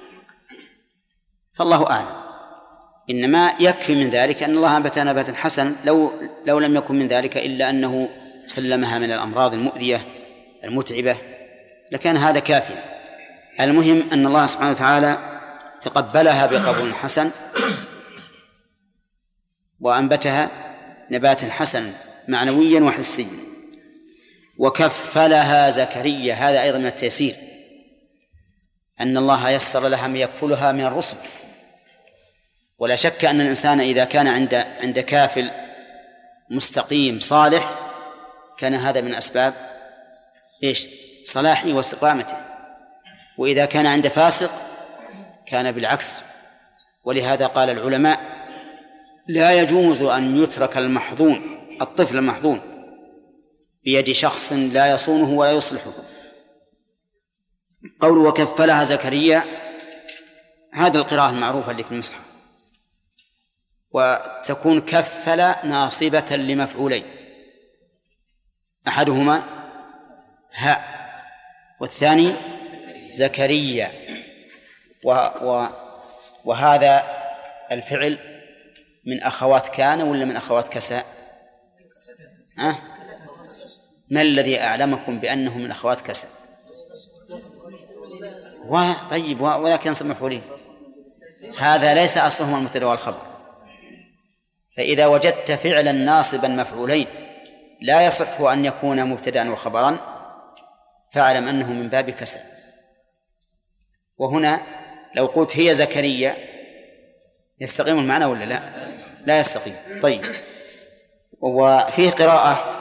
فالله أعلم، إنما يكفي من ذلك أن الله أنبت نباتا حسنا، لو لو لم يكن من ذلك إلا أنه سلمها من الأمراض المؤذية المتعبة لكان هذا كافيا. المهم أن الله سبحانه وتعالى تقبلها بقبول حسن وأنبتها نباتا حسنا معنويا وحسيا. وكفلها زكريا، هذا أيضا من التيسير، أن الله يسر لها من يكفلها من الرسل. ولا شك أن الإنسان إذا كان عند عند كافل مستقيم صالح كان هذا من أسباب إيش؟ صلاحه واستقامته، وإذا كان عند فاسق كان بالعكس. ولهذا قال العلماء لا يجوز أن يترك المحظون الطفل المحظون بيد شخص لا يصونه ولا يصلحه. قول وكفلها زكريا هذا القراءة المعروفة اللي في المصحف، وتكون كفل ناصبة لمفعولين، أحدهما هاء والثاني زكريا، و و وهذا الفعل من أخوات كان ولا من أخوات كساء؟ أه؟ ما الذي أعلمكم بأنه من أخوات كساء؟ طيب، ولكن ينصب مفعولين، هذا ليس أصلهما المبتدأ والخبر. فإذا وجدت فعلا ناصبا مفعولين لا يصح أن يكون مبتدأ وخبرا فاعلم أنه من باب كساء. وهنا لو قلت هي زكريا يستقيم المعنى ولا لا؟ لا يستقيم. طيب، وفيه قراءة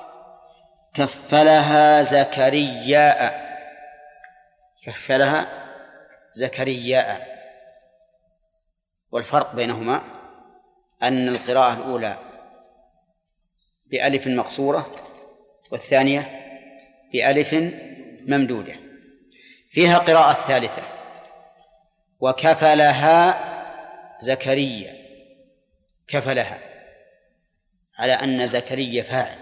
كفلها زكرياء، كفلها زكرياء، والفرق بينهما أن القراءة الأولى بألف مقصورة والثانية بألف ممدودة. فيها قراءة ثالثة وكفلها زكريا، كفلها على أن زكريا فاعل.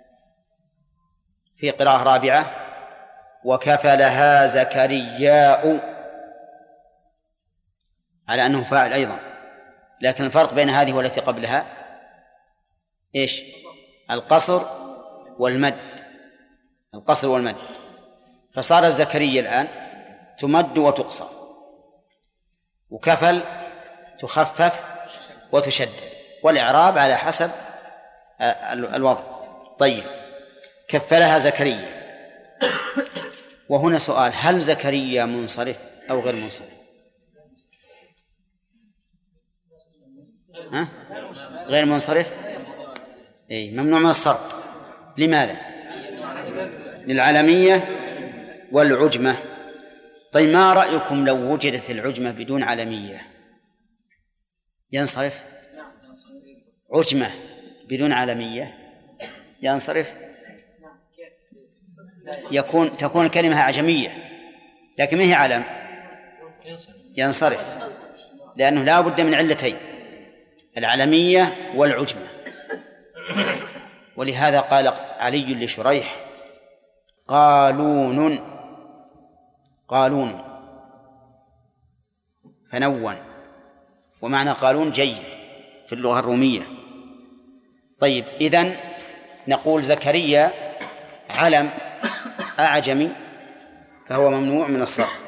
في قراءة رابعة وكفلها زكرياء على أنه فاعل أيضا، لكن الفرق بين هذه والتي قبلها إيش؟ القصر والمد، القصر والمد. فصار زكريا الآن تمد وتقصر، وكفل تخفف وتشدد، والإعراب على حسب الوضع. طيب، كفلها زكريا. وهنا سؤال: هل زكريا منصرف أو غير منصرف؟ ها؟ غير منصرف؟ أي ممنوع من الصرف. لماذا؟ للعلمية والعجمة. طيب، ما رأيكم لو وجدت العجمة بدون علمية؟ ينصرف؟ عجمة بدون علمية ينصرف؟ يكون تكون الكلمة أعجمية لكن ما هي علم، ينصرف، لأنه لا بد من علتين: العلمية والعجمة. ولهذا قال علي لشريح: قالون قالون فنون، ومعنى قالون جيد في اللغة الرومية. طيب، إذن نقول زكريا علم أعجمي فهو ممنوع من الصرف.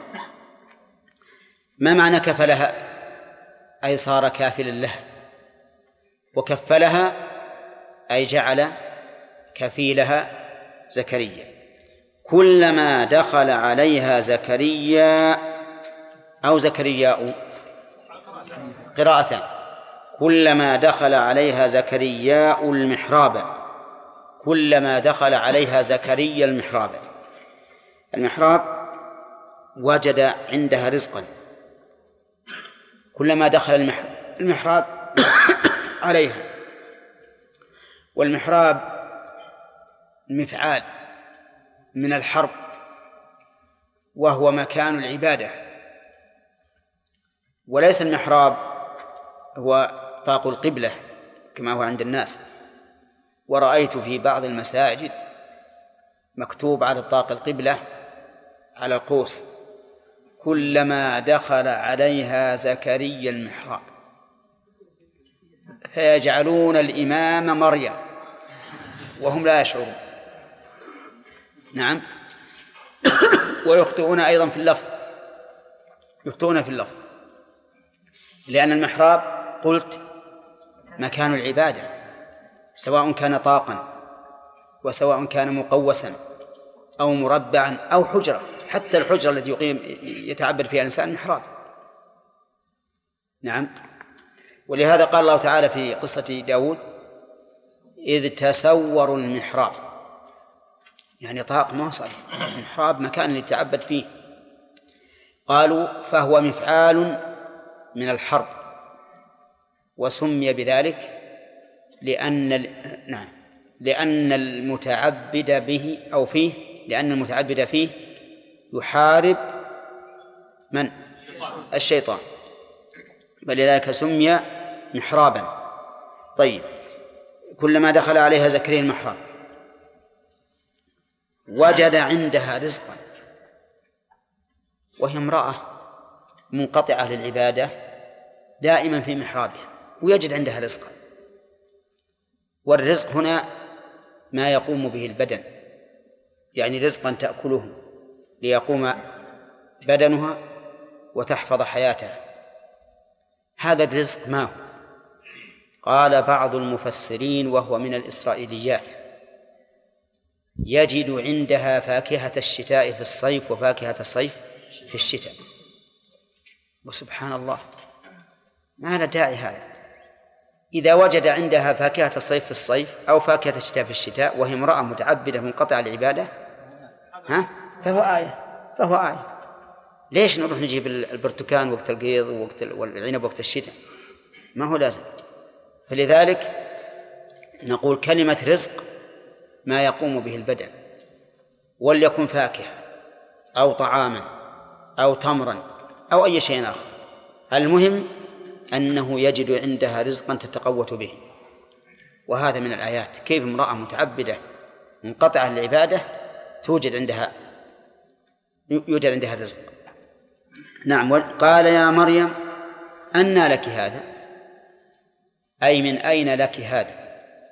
ما معنى كفلها؟ أي صار كافلا لها، وكفلها أي جعل كفيلها زكريا. كلما دخل عليها زكريا أو زكرياء، قراءتان: كلما دخل عليها زكرياء المحراب، كلما دخل عليها زكريا المحراب. المحراب وجد عندها رزقا، كلما دخل المحراب عليها. والمحراب مفعال من الحرب، وهو مكان العبادة، وليس المحراب هو طاق القبلة كما هو عند الناس. ورأيت في بعض المساجد مكتوب على طاق القبلة على القوس: كلما دخل عليها زكريا المحراب، فيجعلون الإمام مريم وهم لا يشعرون. نعم. ويخطئون أيضا في اللفظ، يخطئون في اللفظ، لأن المحراب قلت مكان العبادة، سواء كان طاقا وسواء كان مقوسا أو مربعا أو حجرة، حتى الحجرة التي يقيم يتعبد فيها الإنسان محراب. نعم. ولهذا قال الله تعالى في قصة داود: إذ تسوروا المحراب، يعني طاق ما صحيح، المحراب مكان يتعبد فيه. قالوا فهو مفعال من الحرب، وسمي بذلك لأن نعم لأن المتعبد به أو فيه لأن المتعبد فيه يحارب من؟ الشيطان، فلذلك سمي محرابا. طيب، كلما دخل عليها زكريا المحراب وجد عندها رزقا، وهي امرأة منقطعة للعبادة دائما في محرابها ويجد عندها رزقا. والرزق هنا ما يقوم به البدن، يعني رزقا تأكله ليقوم بدنها وتحفظ حياتها. هذا الرزق ما هو؟ قال بعض المفسرين وهو من الإسرائيليات: يجد عندها فاكهة الشتاء في الصيف وفاكهة الصيف في الشتاء. وسبحان الله، ما له داعي هذا. إذا وجد عندها فاكهة الصيف في الصيف أو فاكهة الشتاء في الشتاء وهي امرأة متعبدة منقطعة العبادة، ها فهو آية فهو آية. ليش نروح نجيب البرتقال وقت القيض ووقت والعنب وقت الشتاء؟ ما هو لازم. فلذلك نقول كلمة رزق ما يقوم به البدن، وليكن فاكهة أو طعاما أو تمرا أو أي شيء آخر، المهم أنه يجد عندها رزقا تتقوت به. وهذا من الآيات، كيف امرأة متعبدة منقطعة العبادة توجد عندها يوجد عندها الرزق. نعم. قال يا مريم أنى لك هذا، أي من أين لك هذا؟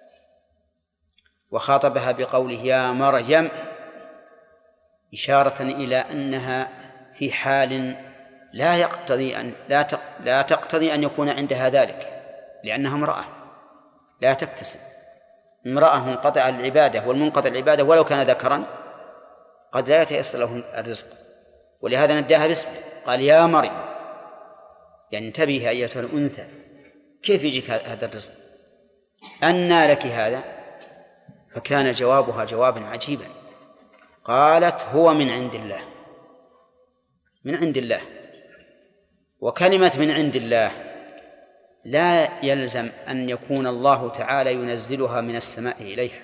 وخاطبها بقوله يا مريم، إشارة إلى أنها في حال لا يقتضي أن لا لا تقتضي أن يكون عندها ذلك، لأنها امرأة لا تكتسب، امرأة منقطعة العبادة، والمنقطع العبادة ولو كان ذكرا قد لا يتيسر له الرزق، ولهذا نداها باسمه قال يا مريم، يعني انتبهي أيتها الأنثى كيف يجيك هذا الرزق؟ أنى لك هذا؟ فكان جوابها جوابا عجيبا، قالت هو من عند الله. من عند الله، وكلمة من عند الله لا يلزم أن يكون الله تعالى ينزلها من السماء إليها،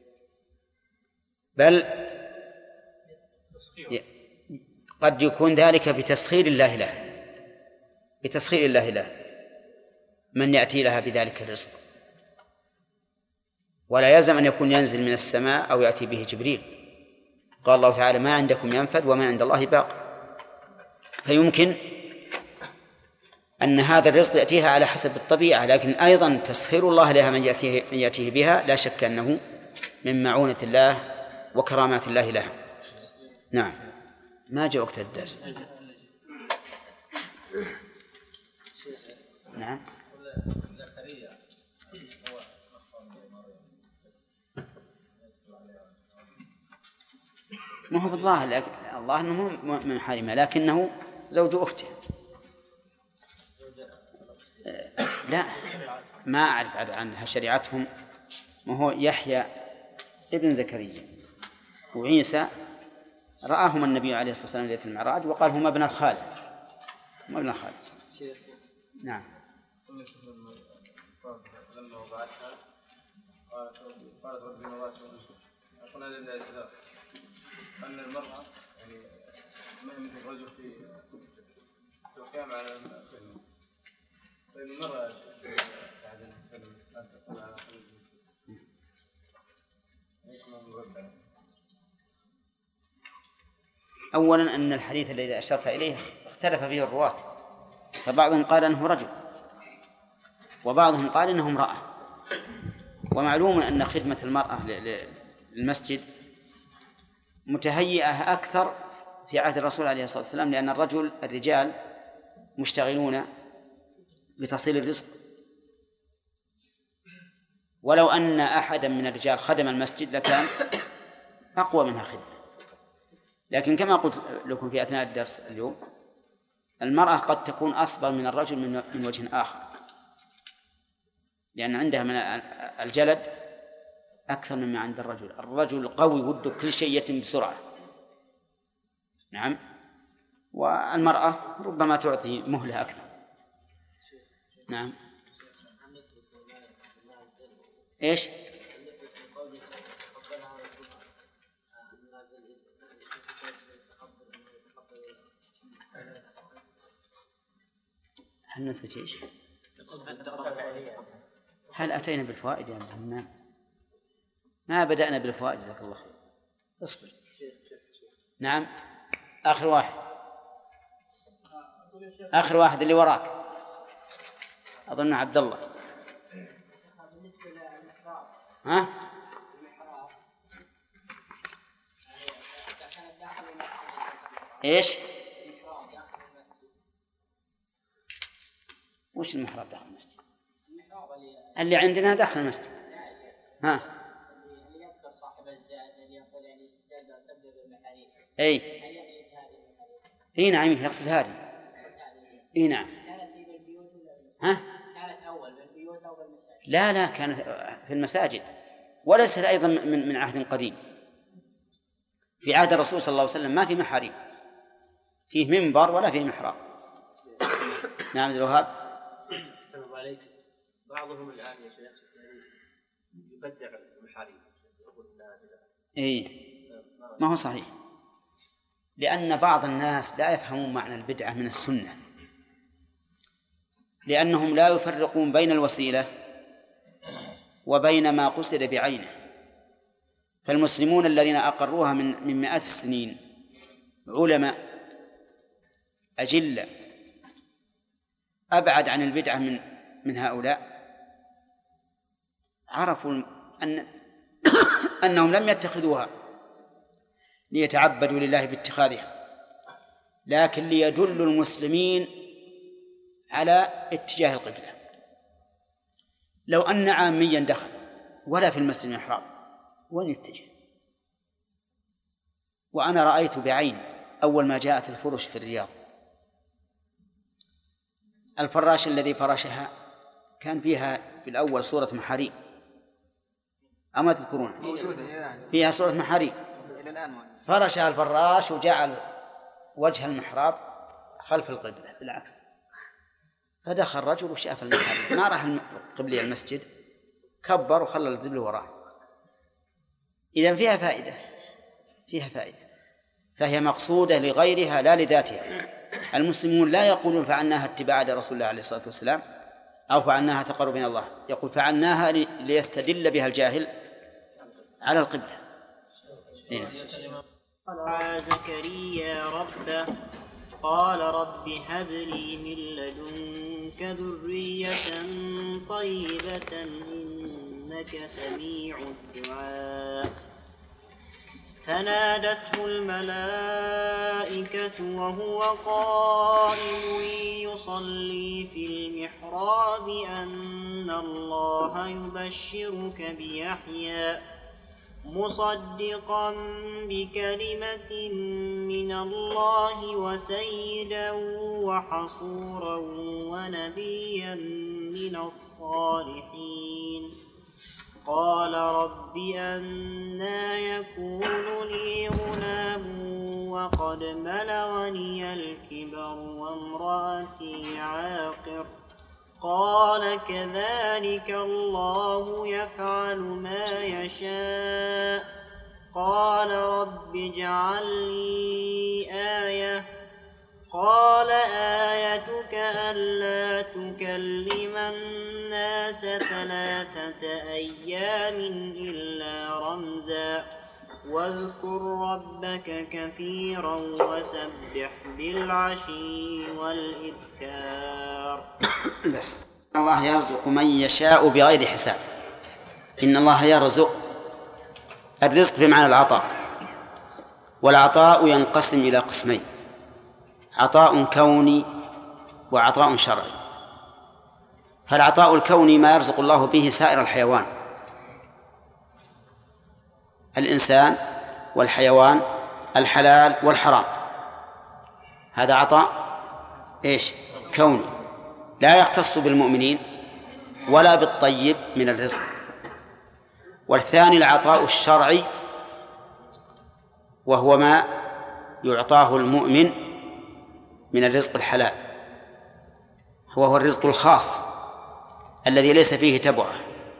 بل قد يكون ذلك بتسخير الله له، بتسخير الله له من يأتي لها بذلك الرزق، ولا يلزم أن يكون ينزل من السماء أو يأتي به جبريل. قال الله تعالى ما عندكم ينفد وما عند الله باق. فيمكن أن هذا الرزق يأتيها على حسب الطبيعة، لكن أيضا تسخير الله لها من يأتيه, من يأتيه بها لا شك أنه من معونة الله وكرامات الله لها. نعم. ما جاء وقت الدرس. نعم. ما هو بالظاهر الله أنه من محارمه، لكنه زوج أخته. لا ما أعرف عنها شريعتهم. ما هو يحيى ابن زكريا وعيسى رآهما النبي عليه الصلاة والسلام ليلة المعراج وقال هما ابن الخال، هما ابن الخال. نعم. لما وضعتها قالت ربي مواتها أقول هذا الإسلام أن المرأة يعني ما هي مثل الرجل في الحكام على الخدمة، فإن المرأة بعد السلم أن تكون على خدمة المسلم يكون مبدأ. أولا أن الحديث الذي أشرت إليه اختلف فيه الرواة، فبعضهم قال أنه رجل وبعضهم قال إنه امرأة. ومعلوم أن خدمة المرأة للمسجد متهيئة أكثر في عهد الرسول عليه الصلاة والسلام، لأن الرجل الرجال مشتغلون بتصيل الرزق، ولو أن أحدا من الرجال خدم المسجد لكان أقوى منها خدمة. لكن كما قلت لكم في أثناء الدرس اليوم، المرأة قد تكون أصبر من الرجل من وجه آخر، لأن عندها من الجلد أكثر مما عند الرجل. الرجل قوي وده كل شيء يتم بسرعة. نعم. والمرأة ربما تعطي مهلة أكثر. نعم. إيش؟ هل نثبت إيش؟ هل أتينا بالفوائد يا محمد؟ ما بدأنا بالفوائد جزاك الله خير. اصبر. نعم. آخر واحد آخر واحد اللي وراك أظن عبد الله. ها؟ إيش؟ وش المحراب داخل المسجد؟ اللي عندنا داخل المسجد. ها؟ أي. إيه نعم يقصد هذه. إيه نعم. ها؟ كانت أول بالبيوت أو بالمساجد؟ لا لا كانت في المساجد، وليست أيضا من من عهد قديم. في عهد الرسول صلى الله عليه وسلم ما في محاريب، فيه منبر ولا فيه محراب. نعم. الوهاب. السلام عليكم. بعضهم الآن يا شيخ يبدع المحاريب. إيه ما هو صحيح، لأن بعض الناس لا يفهمون معنى البدعة من السنة، لأنهم لا يفرقون بين الوسيلة وبين ما قصد بعينه. فالمسلمون الذين أقروها من من مئات السنين علماء أجلة أبعد عن البدعة من من هؤلاء عرفوا أن أنهم لم يتخذوها ليتعبدوا لله باتخاذها، لكن ليدلوا المسلمين على اتجاه القبلة. لو أن عاميا دخل ولا في المسجد محراب وين يتجه؟ وأنا رأيت بعين أول ما جاءت الفرش في الرياض، الفراش الذي فرشها كان فيها في الأول سورة محاريب، أما تذكرون فيها سورة محاريب، فرشها الفراش وجعل وجه المحراب خلف القبلة بالعكس، فدخل رجل وشاف المحاريب ما راح قبلي المسجد، كبر وخلى الزبل وراه. إذن فيها فائدة، فيها فائدة، فهي مقصودة لغيرها لا لذاتها. المسلمون لا يقولون فعلناها اتباعا لرسول الله عليه الصلاة والسلام أو فعلناها تقرب من الله، يقول فعلناها ليستدل بها الجاهل على القبلة. قال زكريا ربه قال رب هب لي من لدنك ذرية طيبة إنك سميع الدعاء. فنادته الملائكة وهو قائم يصلي في المحراب أن الله يبشرك بيحيى مصدقا بكلمة من الله وسيدا وحصورا ونبيا من الصالحين. قال رب أنى يكون لي غلام وقد بلغني الكبر وامرأتي عاقر. قال كذلك الله يفعل ما يشاء. قال رب اجعل لي آية. قال آيتك ألا تكلم الناس ثلاثة أيام إلا رمزا واذكر ربك كثيرا وسبح بالعشي والإذكار. بس الله يرزق من يشاء بغير حساب. إن الله يرزق، الرزق بمعنى العطاء، والعطاء ينقسم إلى قسمين: عطاء كوني وعطاء شرعي. فالعطاء الكوني ما يرزق الله به سائر الحيوان، الإنسان والحيوان، الحلال والحرام، هذا عطاء إيش؟ كوني، لا يختص بالمؤمنين ولا بالطيب من الرزق. والثاني العطاء الشرعي، وهو ما يعطاه المؤمن من الرزق الحلال، وهو الرزق الخاص الذي ليس فيه تبعه.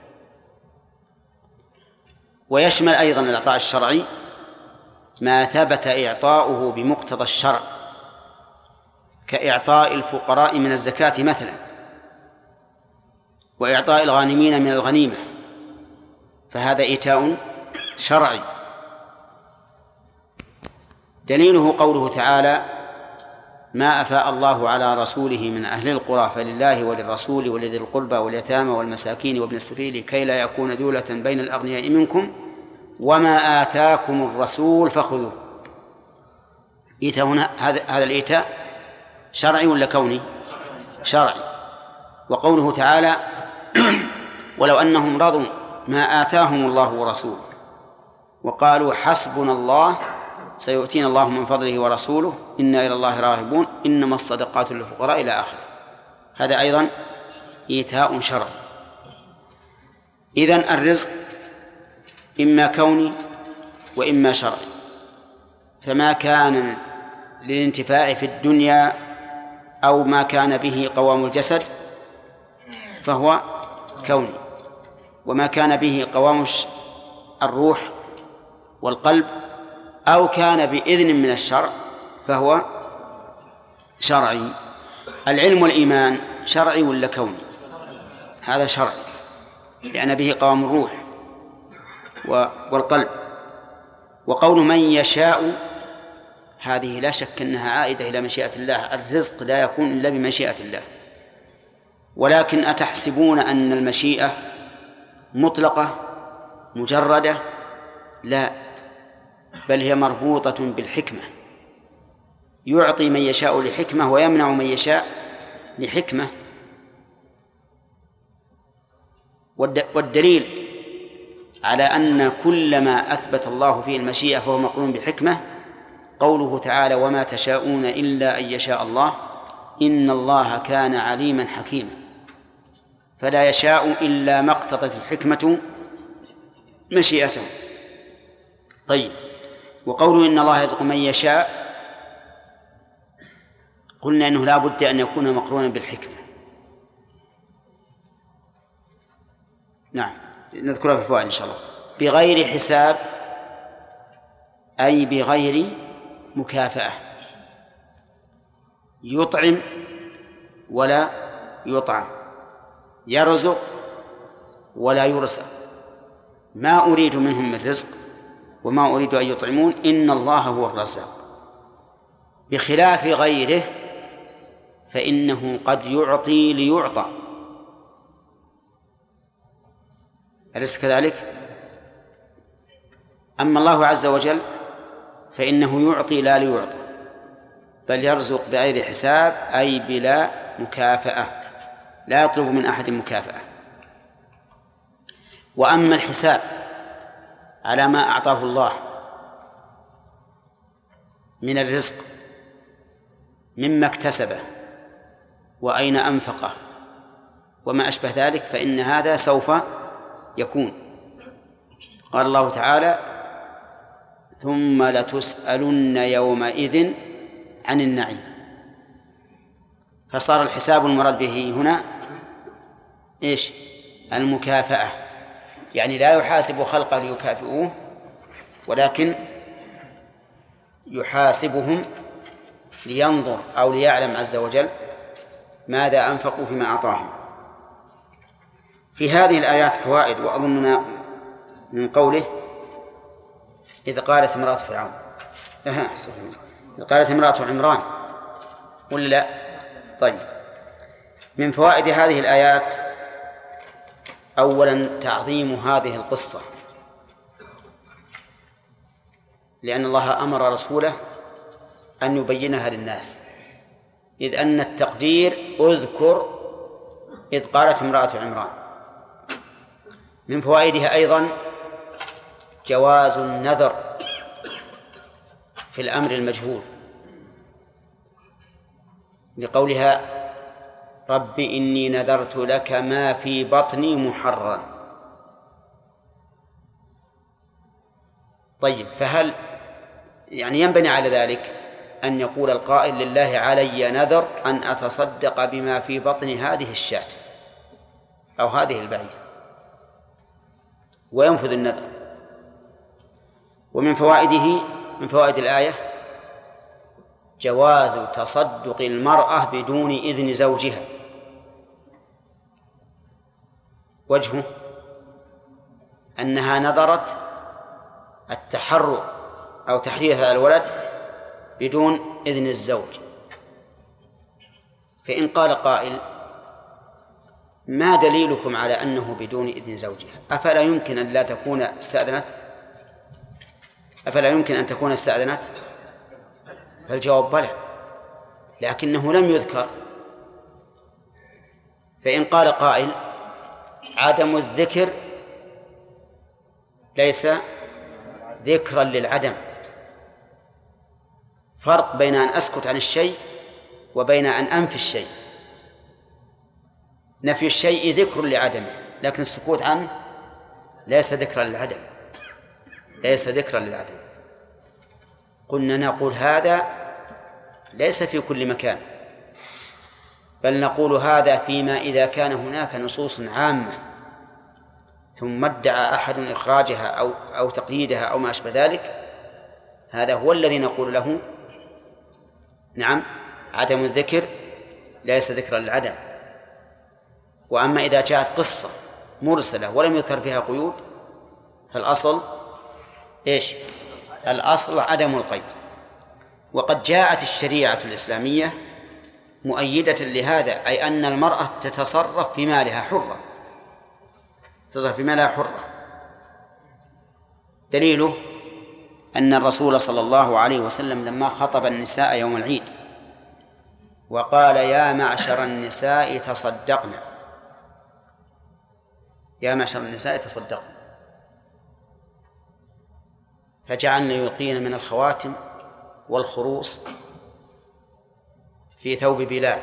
ويشمل أيضا العطاء الشرعي ما ثبت إعطاؤه بمقتضى الشرع، كإعطاء الفقراء من الزكاة مثلا، وإعطاء الغانمين من الغنيمة، فهذا إيتاء شرعي. دليله قوله تعالى: ما أفاء الله على رسوله من أهل القرى فلله وللرسول ولذي القربى واليتامى والمساكين وابن السبيل كي لا يكون دولة بين الأغنياء منكم وما آتاكم الرسول فخذوه. إيتاء هنا، هذا هذا الإيتاء شرعي ولا كوني؟ شرعي. وقوله تعالى: ولو أنهم رضوا ما آتاهم الله ورسوله وقالوا حسبنا الله سيؤتينا الله من فضله ورسوله إنا إلى الله راغبون إنما الصدقات للفقراء إلى آخره، هذا أيضا إيتاء شرعي. إذن الرزق إما كوني وإما شرعي، فما كان للانتفاع في الدنيا أو ما كان به قوام الجسد فهو كوني، وما كان به قوام الروح والقلب أو كان بإذن من الشرع فهو شرعي. العلم والإيمان شرعي ولا كوني؟ هذا شرعي، لأن به قوام الروح والقلب. وقول من يشاء هذه لا شك أنها عائدة إلى مشيئة الله، الرزق لا يكون إلا بمشيئة الله. ولكن أتحسبون أن المشيئة مطلقة مجردة؟ لا، بل هي مربوطة بالحكمة، يعطي من يشاء لحكمة ويمنع من يشاء لحكمة. والدليل على أن كل ما أثبت الله فيه المشيئة فهو مقرون بحكمة قوله تعالى: وما تشاءون إلا أن يشاء الله إن الله كان عليما حكيما. فلا يشاء إلا ما اقتضت الحكمة مشيئته. طيب، وقوله إن الله يرزق من يشاء قلنا إنه لا بد أن يكون مقرونا بالحكمة. نعم، نذكرها في الفوائد إن شاء الله. بغير حساب أي بغير مكافأة، يطعم ولا يطعم، يرزق ولا يرزق، ما أريد منهم من رزق وما أريد أن يطعمون، إن الله هو الرزاق. بخلاف غيره فإنه قد يعطي ليعطى، أليس كذلك؟ أما الله عز وجل فإنه يعطي لا ليعطى، بل يرزق بغير حساب أي بلا مكافأة، لا يطلب من أحد مكافأة. وأما الحساب على ما أعطاه الله من الرزق مما اكتسبه وأين أنفقه وما أشبه ذلك فإن هذا سوف يكون. قال الله تعالى: ثم لتسألن يومئذ عن النعيم. فصار الحساب المراد به هنا إيش؟ المكافأة، يعني لا يحاسب خلقه ليكافئوه، ولكن يحاسبهم لينظر أو ليعلم عز وجل ماذا أنفقوا فيما أعطاهم. في هذه الآيات فوائد، وأظننا من قوله: إذ قالت امرأة فرعون أه إذ قالت امرأة عمران، ولا لا؟ طيب، من فوائد هذه الآيات أولا تعظيم هذه القصة، لأن الله أمر رسوله أن يبينها للناس، إذ أن التقدير: اذكر إذ قالت امرأة عمران. من فوائدها أيضا جواز النذر في الأمر المجهول، لقولها: رب إني نذرت لك ما في بطني محررا. طيب، فهل يعني ينبني على ذلك أن يقول القائل: لله علي نذر أن أتصدق بما في بطن هذه الشاة أو هذه البعير، وينفذ النذر. ومن فوائده من فوائد الآية جواز تصدق المرأة بدون إذن زوجها. وجهه أنها نذرت التحرر أو تحرير هذا الولد بدون إذن الزوج. فإن قال قائل: ما دليلكم على أنه بدون إذن زوجها؟ أفلا يمكن أن لا تكون استأذنت؟ أفلا يمكن أن تكون استأذنت؟ فالجواب بلى، لكنه لم يذكر. فإن قال قائل: عدم الذكر ليس ذكرا للعدم، فرق بين أن أسكت عن الشيء وبين أن أنفي الشيء. نفي الشيء ذكر لعدمه، لكن السكوت عنه ليس ذكرا للعدم، ليس ذكرا للعدم. قلنا نقول هذا ليس في كل مكان، بل نقول هذا فيما إذا كان هناك نصوص عامة ثم ادعى أحد إخراجها أو أو تقييدها أو ما أشبه ذلك، هذا هو الذي نقول له نعم عدم الذكر ليس ذكرا للعدم. وأما إذا جاءت قصة مرسلة ولم يذكر فيها قيود فالأصل إيش؟ الأصل عدم القيد. وقد جاءت الشريعة الإسلامية مؤيدة لهذا، أي أن المرأة تتصرف في مالها حرة، تتصرف في مالها حرة. دليله أن الرسول صلى الله عليه وسلم لما خطب النساء يوم العيد وقال يا معشر النساء تصدقن، يا معشر النساء تصدقن، فجعلنا يلقين من الخواتم والخروص في ثوب بلال.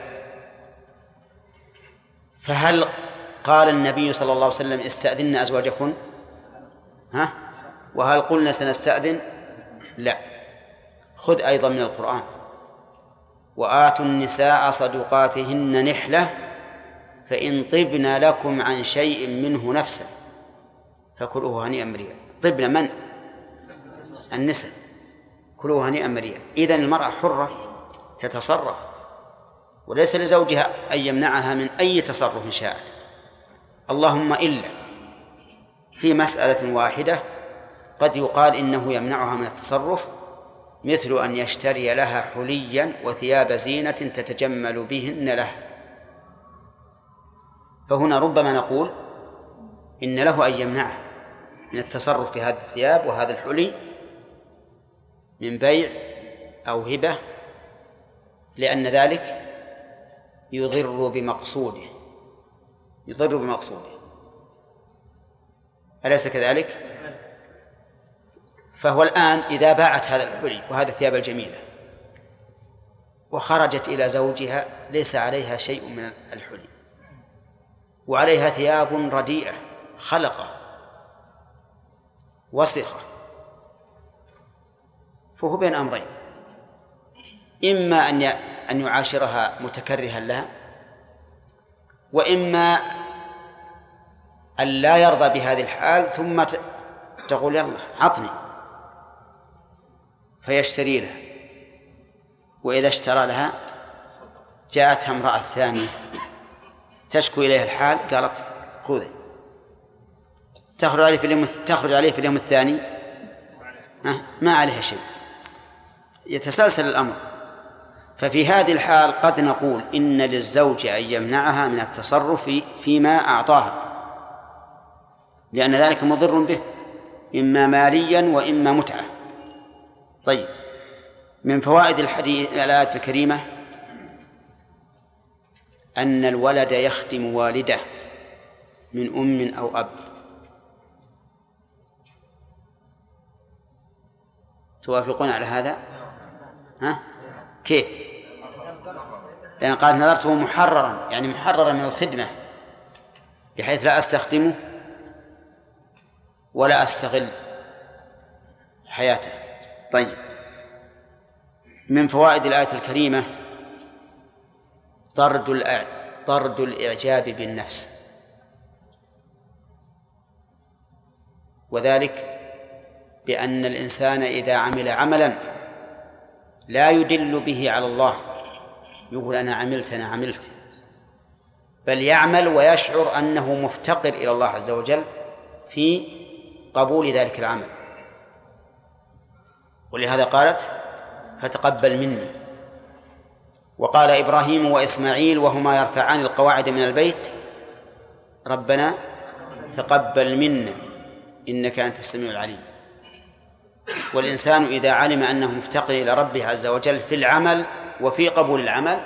فهل قال النبي صلى الله عليه وسلم استأذن أزواجكن؟ ها؟ وهل قلنا سنستأذن؟ لا. خذ أيضا من القرآن وآتوا النساء صدقاتهن نحلة فإن طبن لكم عن شيء منه نفسا فكلوه هنيئا مريئا. طبن من؟ النساء، كلوه هنيئا مريئا. إذن المرأة حرة تتصرف، وليس لزوجها أن يمنعها من أي تصرف شاءت، اللهم إلا في مسألة واحدة قد يقال إنه يمنعها من التصرف، مثل أن يشتري لها حليا وثياب زينة تتجمل بهن له، فهنا ربما نقول إن له أن يمنعها من التصرف في هذه الثياب وهذا الحلي من بيع أو هبة، لأن ذلك يضر بمقصوده، يضر بمقصوده، أليس كذلك؟ فهو الآن إذا باعت هذا الحلي وهذا الثياب الجميلة وخرجت إلى زوجها ليس عليها شيء من الحلي وعليها ثياب رديئة خلقة وسخة، فهو بين أمرين: إما أن أن يعاشرها متكرها لها، وإما أن لا يرضى بهذه الحال ثم تقول يلا عطني فيشتري لها. وإذا اشترى لها جاءتها امرأة ثانية تشكو إليها الحال، قالت خذي، تخرج عليه في اليوم تخرج عليه في اليوم الثاني ما عليها شيء، يتسلسل الأمر. ففي هذه الحال قد نقول إن للزوج أن يمنعها من التصرف فيما أعطاها، لأن ذلك مضر به إما ماليا وإما متعة. طيب، من فوائد الحديث الآية الكريمة أن الولد يخدم والده من أم أو أب. توافقون على هذا؟ ها؟ كيف؟ لأن قال نظرته محررا، يعني محررا من الخدمة بحيث لا أستخدمه ولا أستغل حياته. طيب، من فوائد الآية الكريمة طرد طرد الإعجاب بالنفس، وذلك بأن الإنسان إذا عمل عملا لا يدل به على الله يقول أنا عملت أنا عملت بل يعمل ويشعر أنه مفتقر إلى الله عز وجل في قبول ذلك العمل. ولهذا قالت فتقبل مني. وقال إبراهيم وإسماعيل وهما يرفعان القواعد من البيت ربنا تقبل منا إنك أنت السميع العليم. والإنسان إذا علم أنه مفتقر إلى ربه عز وجل في العمل وفي قبول العمل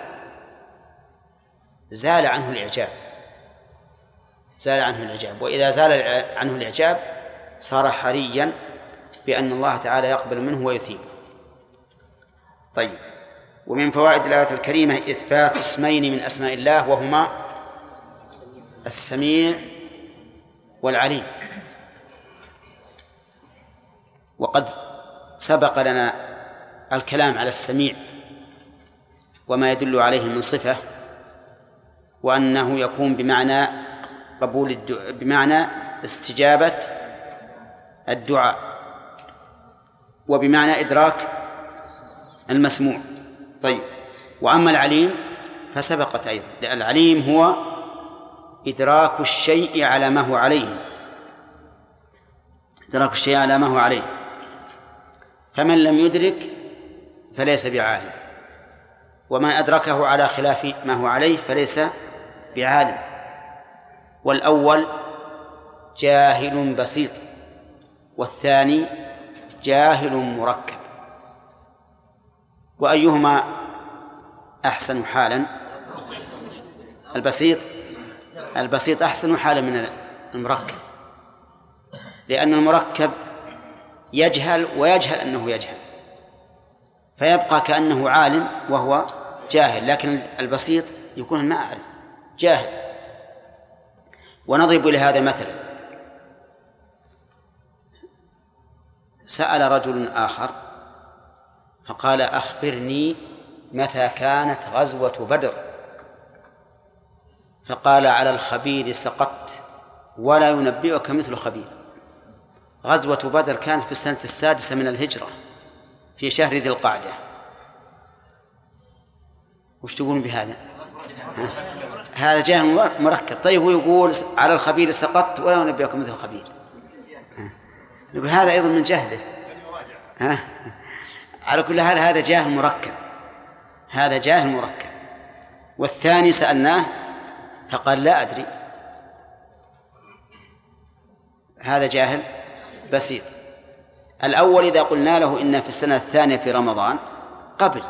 زال عنه الإعجاب، زال عنه الإعجاب وإذا زال عنه الإعجاب صار حريا بأن الله تعالى يقبل منه ويثيب. طيب، ومن فوائد الآية الكريمة إثبات اسمين من أسماء الله وهما السميع والعليم. وقد سبق لنا الكلام على السميع وما يدل عليه من صفة، وأنه يكون بمعنى قبول الدعاء، بمعنى استجابة الدعاء، وبمعنى إدراك المسموع. طيب، وأما العليم فسبقت أيضا، لأن العليم هو إدراك الشيء على ما هو عليه، إدراك الشيء على ما هو عليه، فمن لم يدرك فليس بعالم. ومن أدركه على خلاف ما هو عليه فليس بعالم. والأول جاهل بسيط، والثاني جاهل مركب. وأيهما أحسن حالا؟ البسيط. البسيط أحسن حالا من المركب، لأن المركب يجهل ويجهل أنه يجهل، فيبقى كأنه عالم وهو جاهل، لكن البسيط يكون ما أعلم جاهل. ونضرب لهذا مثلا: سأل رجل آخر فقال: أخبرني متى كانت غزوة بدر؟ فقال: على الخبير سقطت ولا ينبئك مثل خبير. غزوة بدر كانت في السنة السادسة من الهجرة في شهر ذي القعدة. وش تقولون بهذا؟ هذا جاهل مركب. طيب ويقول على الخبير سقطت ولا ينبئك مثل خبير، نقول هذا أيضا من جهله. ها؟ على كل حال هذا جاهل مركب، هذا جاهل مركب. والثاني سألناه فقال: لا أدري. هذا جاهل بسيط. الأول إذا قلنا له إن في السنة الثانية في رمضان قبل،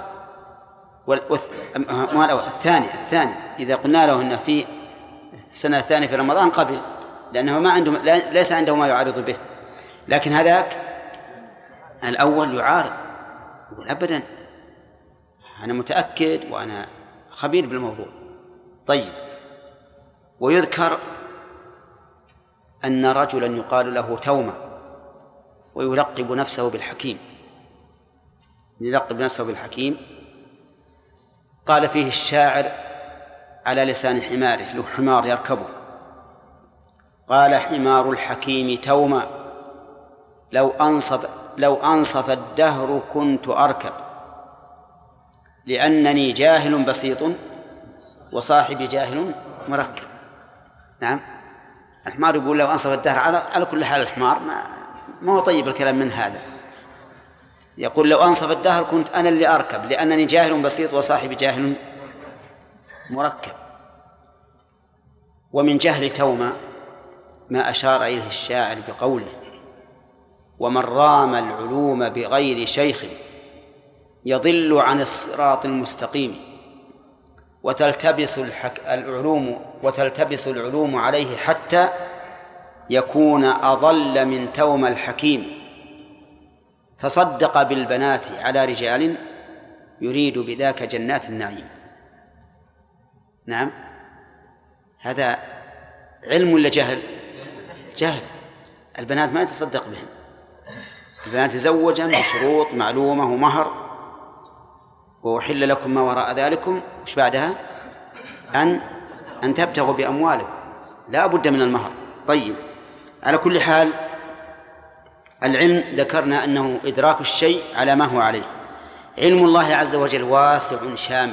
والثاني الثاني إذا قلنا له إن في السنة الثانية في رمضان قبل، لأنه ما عنده ليس عنده ما يعارض به. لكن هذاك الأول يعارض، يقول: أبدا أنا متأكد وأنا خبير بالموضوع. طيب. ويذكر أن رجلا يقال له تومة ويلقب نفسه بالحكيم، يلقب نفسه بالحكيم. قال فيه الشاعر على لسان حماره، له حمار يركبه، قال: حمار الحكيم تومة لو أنصف, لو أنصف الدهر كنت أركب، لأنني جاهل بسيط وصاحبي جاهل مركب. نعم، الحمار يقول لو أنصف الدهر. على كل حال الحمار ما, ما هو طيب الكلام من هذا. يقول: لو أنصف الدهر كنت أنا اللي أركب، لأنني جاهل بسيط وصاحبي جاهل مركب. ومن جهل توما ما أشار إليه الشاعر بقوله: ومن رام العلوم بغير شيخ يضل عن الصراط المستقيم، وتلتبس الحك... العلوم وتلتبس العلوم عليه حتى يكون أضل من توم الحكيم، تصدق بالبنات على رجال يريد بذاك جنات النعيم. نعم، هذا علم ولا جهل؟ جهل. البنات ما يتصدق بهم، البنات تزوجا بشروط معلومة ومهر، وأحل لكم ما وراء ذلكم، وش بعدها؟ أن أن تبتغوا بأموالكم، لا بد من المهر. طيب، على كل حال العلم ذكرنا أنه إدراك الشيء على ما هو عليه. علم الله عز وجل واسع شامل،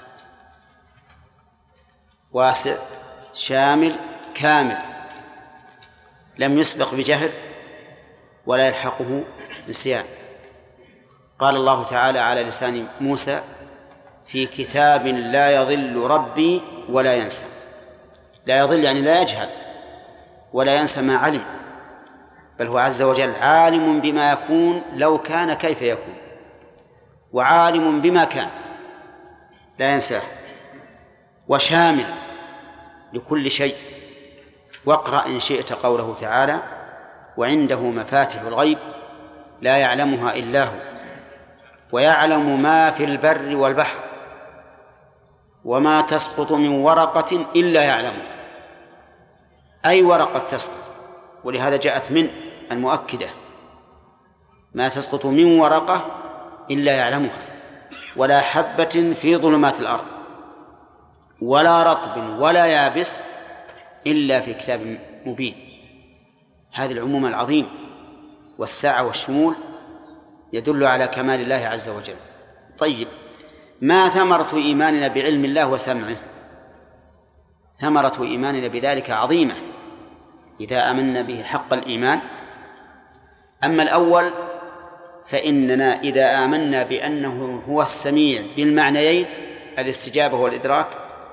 واسع شامل كامل، لم يسبق بجهل ولا يلحقه نسيان. قال الله تعالى على لسان موسى: في كتاب لا يضل ربي ولا ينسى. لا يضل يعني لا يجهل ولا ينسى ما علم، بل هو عز وجل عالم بما يكون لو كان كيف يكون، وعالم بما كان لا ينساه، وشامل لكل شيء. واقرأ إن شئت قوله تعالى: وعنده مفاتح الغيب لا يعلمها إلا هو ويعلم ما في البر والبحر وما تسقط من ورقة إلا يعلمها. أي ورقة تسقط، ولهذا جاءت من المؤكدة: ما تسقط من ورقة إلا يعلمها، ولا حبة في ظلمات الأرض ولا رطب ولا يابس إلا في كتاب مبين. هذا العموم العظيم والسعة والشمول يدل على كمال الله عز وجل. طيب، ما ثمرة إيماننا بعلم الله وسمعه؟ ثمرة إيماننا بذلك عظيمة إذا آمنا به حق الإيمان. أما الأول فإننا إذا آمنا بأنه هو السميع بالمعنيين الاستجابة والإدراك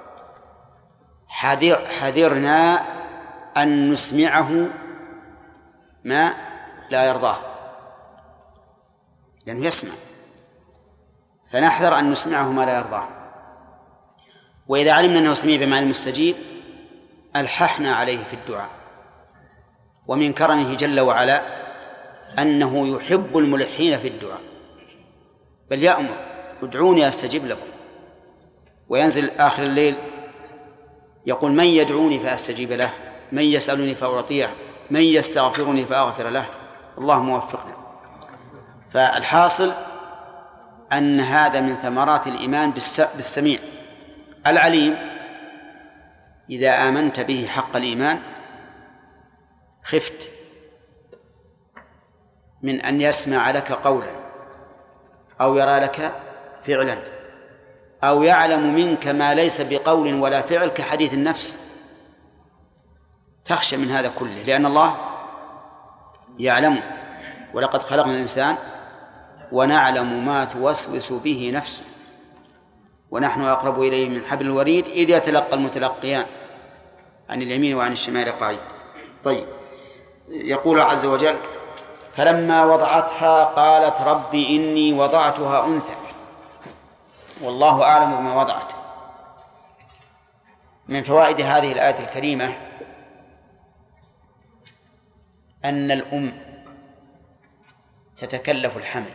حذر حذرنا أن نسمعه ما لا يرضاه، لأنه يسمع، فنحذر أن نسمعه ما لا يرضاه. وإذا علمنا أنه سميع بمعنى المستجيب ألححنا عليه في الدعاء. ومن كرمه جل وعلا أنه يحب الملحين في الدعاء، بل يأمر ادعوني أستجب لكم. وينزل آخر الليل يقول من يدعوني فأستجيب له، من يسألني فأعطيه، من يستغفرني فأغفر له. اللهم وفقنا. فالحاصل أن هذا من ثمرات الإيمان بالسميع العليم. إذا آمنت به حق الإيمان خفت من أن يسمع لك قولا أو يرى لك فعلا أو يعلم منك ما ليس بقول ولا فعل كحديث النفس. تخشى من هذا كله لأن الله يعلمه. ولقد خلقنا الإنسان ونعلم ما توسوس به نفسه ونحن أقرب إليه من حبل الوريد إذ يتلقى المتلقيان عن اليمين وعن الشمال قعيد. طيب، يقول عز وجل فلما وضعتها قالت رب إني وضعتها أنثى والله أعلم بما وضعت. من فوائد هذه الآية الكريمة أن الأم تتكلف الحمل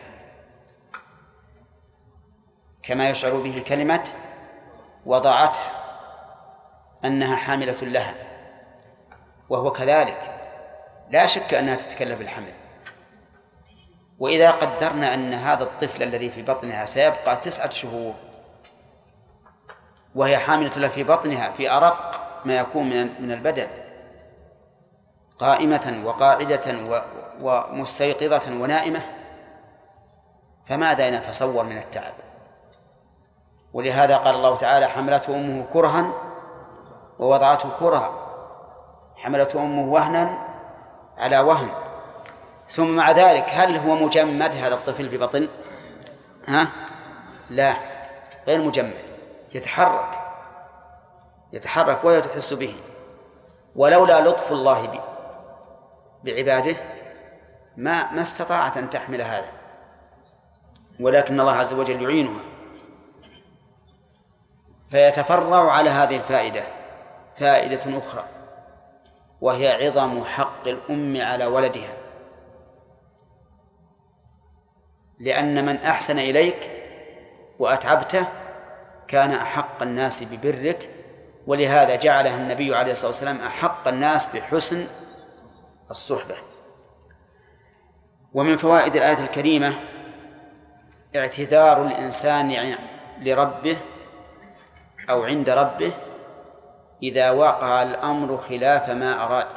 كما يشعر به كلمة وضعتها أنها حاملة لها، وهو كذلك لا شك أنها تتكلف الحمل. وإذا قدرنا أن هذا الطفل الذي في بطنها سيبقى تسعة شهور وهي حاملة له في بطنها في أرق ما يكون من البدن، قائمة وقاعدة ومستيقظة ونائمة، فماذا نتصور من التعب؟ ولهذا قال الله تعالى حملته أمه كرها ووضعته كرها، حملته أمه وهنا على وهن. ثم مع ذلك هل هو مجمد هذا الطفل في بطن؟ ها؟ لا، غير مجمد، يتحرك يتحرك وهي تحس به. ولولا لطف الله بعباده ما ما استطاعت أن تحمل هذا، ولكن الله عز وجل يعينها. فيتفرع على هذه الفائدة فائدة أخرى، وهي عظم حق الأم على ولدها، لأن من أحسن إليك وأتعبته كان أحق الناس ببرك، ولهذا جعلها النبي عليه الصلاة والسلام أحق الناس بحسن الصحبة. ومن فوائد الآية الكريمة اعتذار الإنسان لربه أو عند ربه إذا وقع الأمر خلاف ما أراد،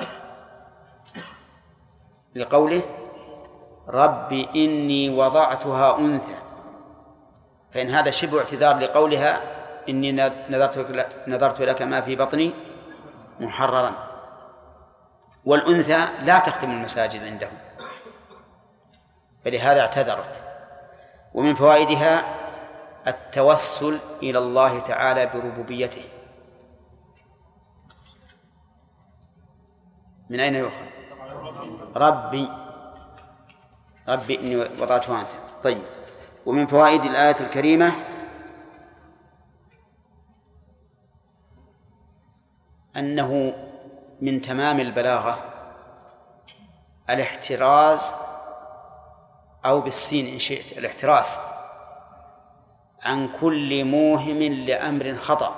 لقوله رب إني وضعتها أنثى، فإن هذا شبه اعتذار لقولها إني نذرت لك ما في بطني محررا، والأنثى لا تختم المساجد عندهم، فلهذا اعتذرت. ومن فوائدها التوسل إلى الله تعالى بربوبيته. من أين يؤخذ؟ ربي ربي إني وضعتها أنثى. طيب، ومن فوائد الآية الكريمة أنه من تمام البلاغة الاحتراز، أو بالسين إن شئت الاحتراز عن كل موهم لأمر خطأ.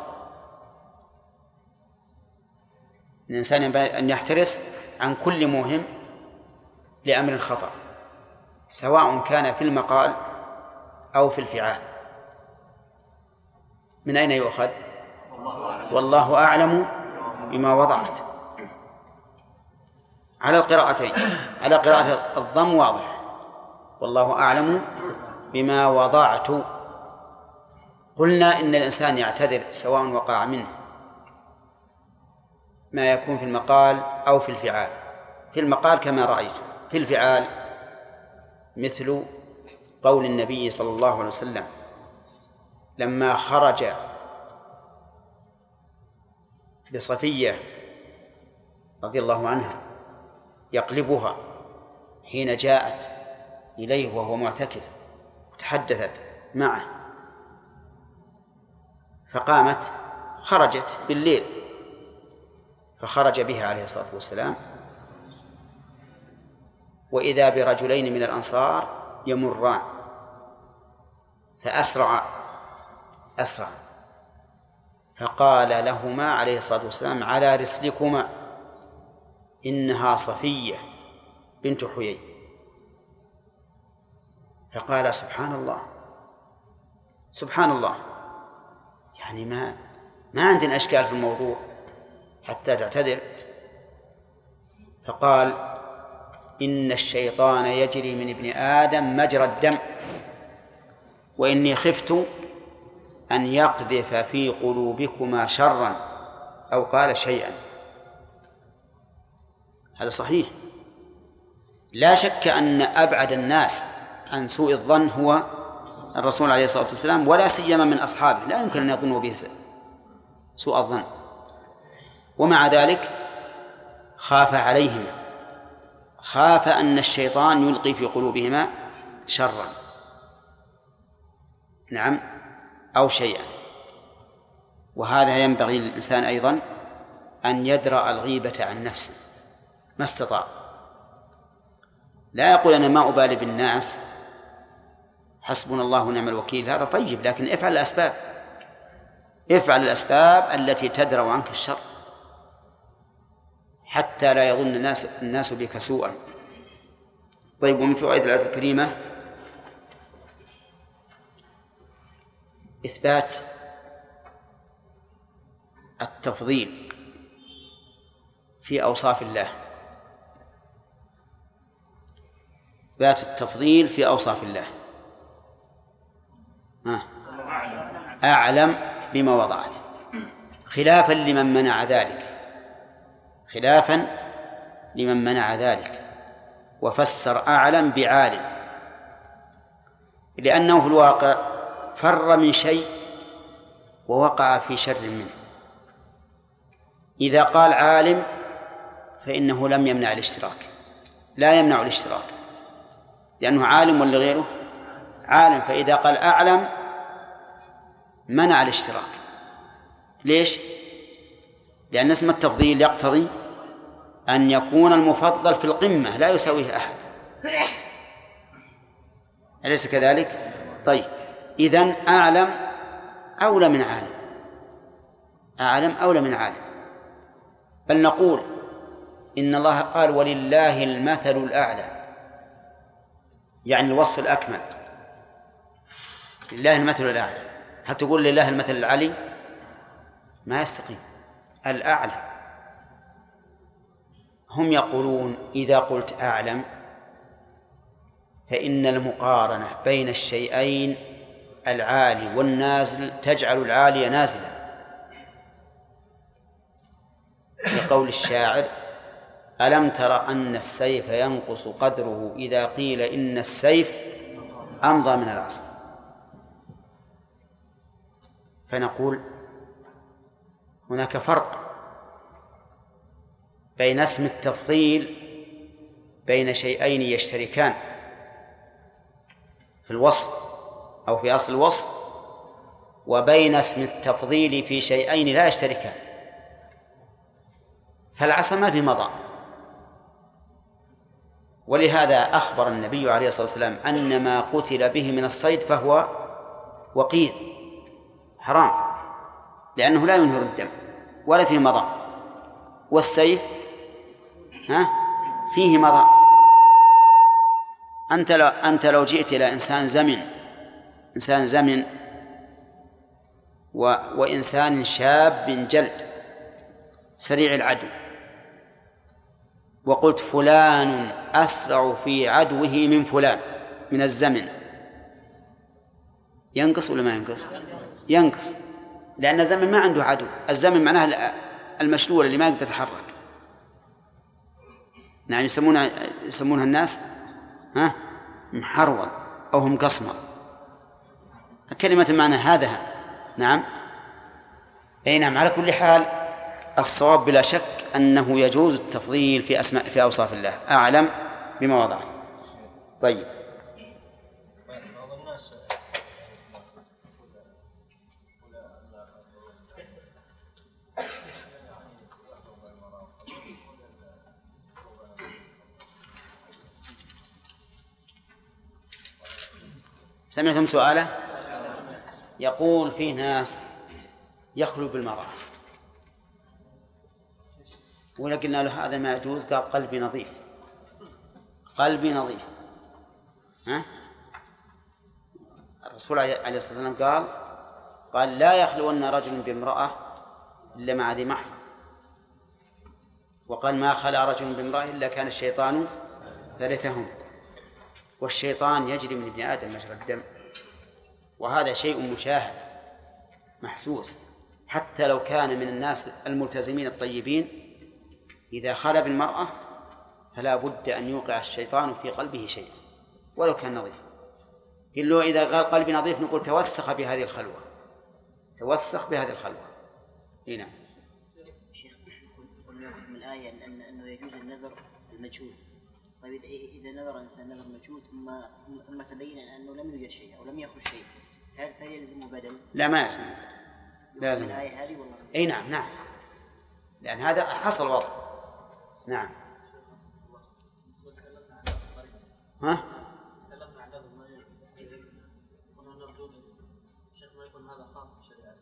الإنسان ينبغي أن يحترس عن كل موهم لأمر خطأ، سواء كان في المقال أو في الفعال. من أين يؤخذ؟ والله أعلم بما وضعت. على القراءتين، على قراءة الضم واضح والله أعلم بما وضعت. قلنا إن الإنسان يعتذر سواء وقع منه ما يكون في المقال أو في الفعال. في المقال كما رأيت، في الفعال مثل قول النبي صلى الله عليه وسلم لما خرج بصفية رضي الله عنها يقلبها حين جاءت إليه وهو معتكف وتحدثت معه، فقامت خرجت بالليل فخرج بها عليه الصلاة والسلام، وإذا برجلين من الأنصار يمران فأسرع أسرع فقال لهما عليه الصلاة والسلام: على رسلكما، إنها صفية بنت حيي. فقال: سبحان الله سبحان الله، يعني ما ما عندنا أشكال في الموضوع حتى تعتذر. فقال: إن الشيطان يجري من ابن آدم مجرى الدم، وإني خفت أن يقذف في قلوبكما شرا، أو قال شيئا. هذا صحيح، لا شك أن أبعد الناس عن سوء الظن هو الرسول عليه الصلاة والسلام، ولا سيما من أصحابه، لا يمكن أن يظنوا به سوء الظن، ومع ذلك خاف عليهما، خاف أن الشيطان يلقي في قلوبهما شرا، نعم، أو شيئا. وهذا ينبغي للإنسان أيضا أن يدرأ الغيبة عن نفسه ما استطاع، لا يقول أنا ما أبالي بالناس، حسبنا الله ونعم الوكيل، هذا طيب، لكن افعل الأسباب، افعل الأسباب التي تدرأ عنك الشر حتى لا يظن الناس, الناس بك سوءا. طيب، ومن فوائد الآية الكريمة إثبات التفضيل في أوصاف الله، إثبات التفضيل في أوصاف الله. آه. أعلم بما وضعت، خلافا لمن منع ذلك، خلافا لمن منع ذلك وفسر أعلم بعالم، لأنه في الواقع فر من شيء ووقع في شر منه. إذا قال عالم فإنه لم يمنع الاشتراك، لا يمنع الاشتراك، لأنه عالم ولا غيره عالم. فإذا قال أعلم منع الاشتراك. ليش؟ لأن اسم التفضيل يقتضي أن يكون المفضل في القمة لا يساويه أحد، أليس كذلك؟ طيب، إذن أعلم أولى من عالم، أعلم أولى من عالم. بل نقول إن الله قال: ولله المثل الأعلى، يعني الوصف الأكمل، لله المثل الأعلى. هل تقول لله المثل العلي؟ ما يستقيم، الأعلى. هم يقولون إذا قلت أعلم فإن المقارنة بين الشيئين العالي والنازل تجعل العالي نازلا، لقول الشاعر: ألم تر أن السيف ينقص قدره إذا قيل إن السيف أمضى من العصا. فنقول هناك فرق بين اسم التفضيل بين شيئين يشتركان في الوصف أو في أصل الوصف، وبين اسم التفضيل في شيئين لا يشتركان. فالعصا ما في مضى، ولهذا أخبر النبي عليه الصلاة والسلام أن ما قتل به من الصيد فهو وقيد حرام، لأنه لا ينهر الدم ولا فيه مضى. والسيف ها فيه مضى. أنت لو, أنت لو جئت إلى إنسان زمن إنسان زمن و... وإنسان شاب جلد سريع العدو، وقلت فلان أسرع في عدوه من فلان من الزمن، ينقص ولا ما ينقص؟ ينقص، لأن الزمن ما عنده عدو. الزمن معناه المشلول اللي ما يقدر يتحرك. نعم، يسمونها يسمونها الناس ها محرول أو هم قصمر. كلمة معنى هذا. نعم أي نعم. على كل حال الصواب بلا شك أنه يجوز التفضيل في أسماء في أوصاف الله. أعلم بما وضعت. طيب سمعتم سؤاله؟ يقول فيه ناس يخلو بالمرأة ولكن له هذا ما يجوز. قال قلبي نظيف، قلبي نظيف. ها؟ الرسول عليه الصلاة والسلام قال قال لا يخلون رجل بامرأة إلا مع ذي محرم، وقال ما خلا رجل بامرأة إلا كان الشيطان ثالثهم، والشيطان يجري من ابن آدم مجرى الدم، وهذا شيء مشاهد محسوس. حتى لو كان من الناس الملتزمين الطيبين إذا خلا بالمرأة فلا بد أن يوقع الشيطان في قلبه شيئا ولو كان نظيف. قل له إذا قال قلبي نظيف نقول توسخ بهذه الخلوة، توسخ بهذه الخلوة. هنا شيخ قلنا من الآية أن أنه يجوز النذر المجهود. طيب إذا نذر إنسان نذر مجهود ثم ثم تبين أنه لم يوجد شيء أو لم يخرج شيء، هل هل يلزمه بدل؟ لا ما يلزم. لازم. الآية هذه والله. أي نعم نعم، لأن هذا حصل وضع. نعم. ها؟ تكلمنا عن هذا ما كنا نرجو شيخ ما يكون هذا خاص بالشريعة.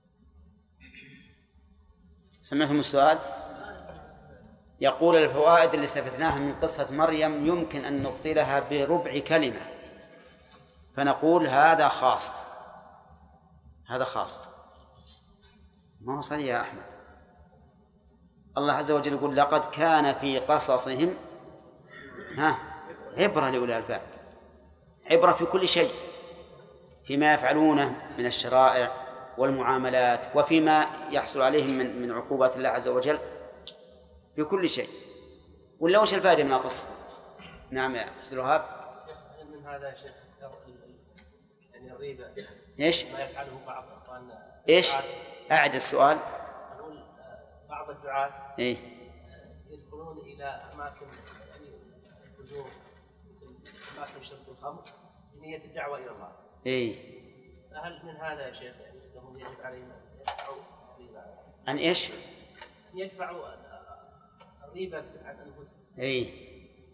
سمعتم السؤال؟ يقول الفوائد اللي استفدناها من قصة مريم يمكن أن نبطلها بربع كلمة، فنقول هذا خاص، هذا خاص. ما هو صحيح يا أحمد. الله عز وجل يقول لقد كان في قصصهم ها عبرة لأولي الألباب، عبرة في كل شيء، فيما يفعلونه من الشرائع والمعاملات وفيما يحصل عليهم من من عقوبات الله عز وجل في كل شيء. ولا وش الفائدة من القصة؟ نعم يا عبد الوهاب. من هذا يا شيخ يعني الريبة ايش؟ ما يفعله بعض اخواننا. ايش؟ أعد السؤال. نقول بعض الدعاة ايه يدخلون إلى أماكن يعني الحضور مثل أماكن شرب الخمر بنية الدعوة إلى الله. ايه فهل من هذا يا شيخ يعني أنهم يجب عليهم أن يدفعوا الريبة؟ عن ايش؟ أن يدفعوا الريبة عن أنفسهم. ايه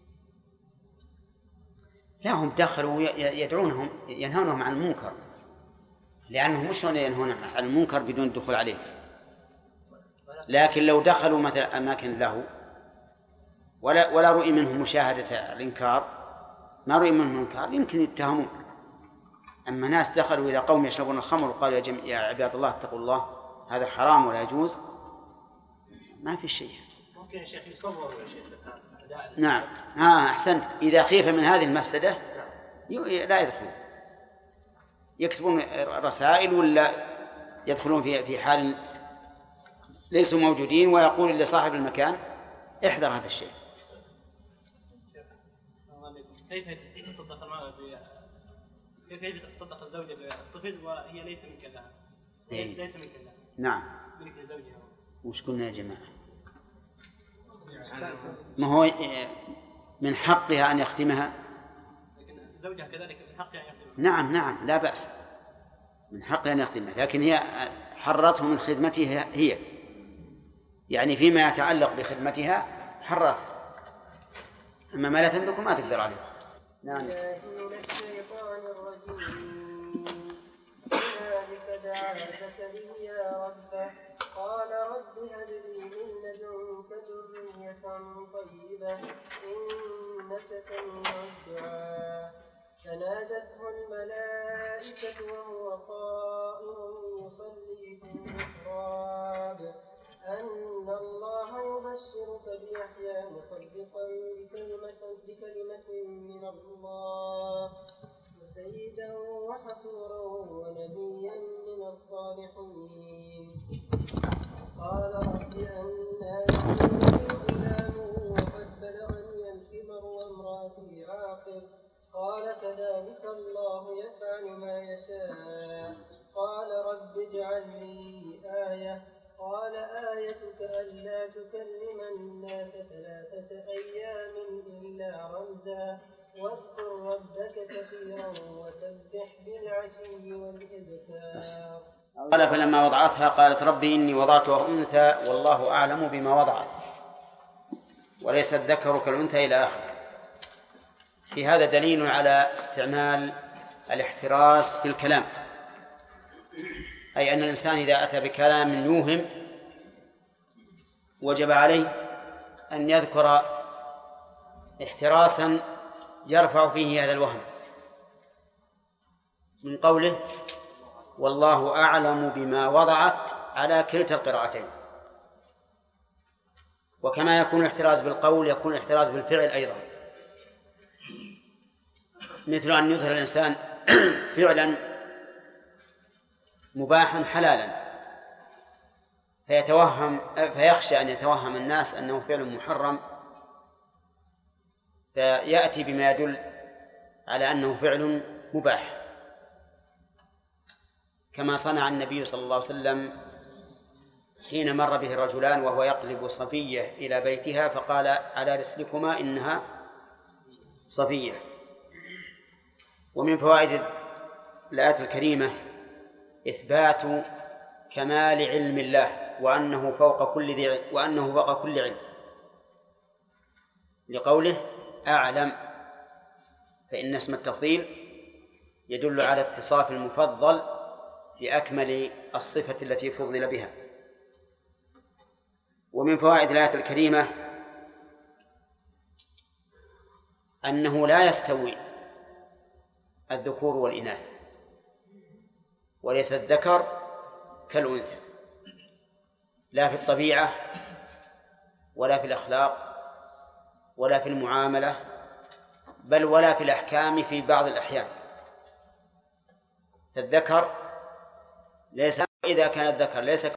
لا، هم دخلوا يدعونهم ينهونهم عن المنكر، لأنهم مش ينهون عن المنكر بدون الدخول عليه. لكن لو دخلوا مثلا أماكن له ولا ولا رؤي منهم مشاهدة الإنكار، ما رؤي منهم الإنكار، يمكن يتهمون. أما ناس دخلوا إلى قوم يشربون الخمر وقالوا يا, جم... يا عباد الله اتقوا الله هذا حرام ولا يجوز، ما في شيء. ممكن يا شيخ يصوروا يا شيخ. نعم ها أحسنت. إذا خيف من هذه المفسدة لا يدخلون، يكتبون رسائل ولا يدخلون في في حال ليسوا موجودين ويقول لصاحب المكان احذر هذا الشيء. كيف يتصدق المرأة كيف يتصدق الزوجة بالطفل وهي ليس من كلها؟ إيه؟ ليس من كلها. نعم. ملك لزوجها. وش قلنا يا جماعة؟ ما هو من حقها أن يختمها. لكن زوجها كذلك من حقها أن يختمها. نعم نعم لا بأس، من حقها أن يختمها، لكن هي حرته من خدمتها هي، يعني فيما يتعلق بخدمتها حرته، أما ما لا تملك ما تقدر عليه. نعم. من الشيطان الرجيم. هنالك دعا زكريا ربه قال رب هب لي من لدنك ذرية طيبة إنك سميع الدعاء. فنادته الملائكة وهو قائم يصلي في المحراب أن الله يبشرك بيحيى مصدقا بكلمة, بكلمة من الله وسيدا وحصورا ونبيا من الصالحين. قال رب أنى يكون لي غلام وقد بلغني الكبر وامرأتي عاقر قال كذلك الله يفعل ما يشاء. قال رب اجعل لي آية. قال آيتك ألا تكلم الناس ثلاثة أيام إلا رمزا واذكر ربك كثيرا وسبح بالعشي والإبكار. قال فلما وضعتها قالت ربي إني وضعتها أنثى والله أعلم بما وضعت وليس الذكر كالأنثى إلى آخره. في هذا دليل على استعمال الاحتراس في الكلام، أي أن الإنسان إذا أتى بكلام يوهم وجب عليه أن يذكر احتراسا يرفع فيه هذا الوهم من قوله والله أعلم بما وضعت على كلتا القراءتين. وكما يكون الاحتراز بالقول يكون الاحتراز بالفعل أيضا، مثل أن يظهر الإنسان فعلا مباحا حلالا فيتوهم فيخشى أن يتوهم الناس أنه فعل محرم فيأتي بما يدل على أنه فعل مباح، كما صنع النبي صلى الله عليه وسلم حين مر به رجلان وهو يقلب صفية إلى بيتها فقال على رسلكما إنها صفية. ومن فوائد الآية الكريمة إثبات كمال علم الله وأنه فوق كل ذي وأنه فوق كل علم، لقوله أعلم، فإن اسم التفضيل يدل على اتصاف المفضل بأكمل الصفة التي فضل بها. ومن فوائد الآية الكريمة أنه لا يستوي الذكور والإناث، وليس الذكر كالأنثى لا في الطبيعة ولا في الأخلاق ولا في المعاملة بل ولا في الأحكام في بعض الأحيان. فالذكر ليس إذا كان الذكر ليس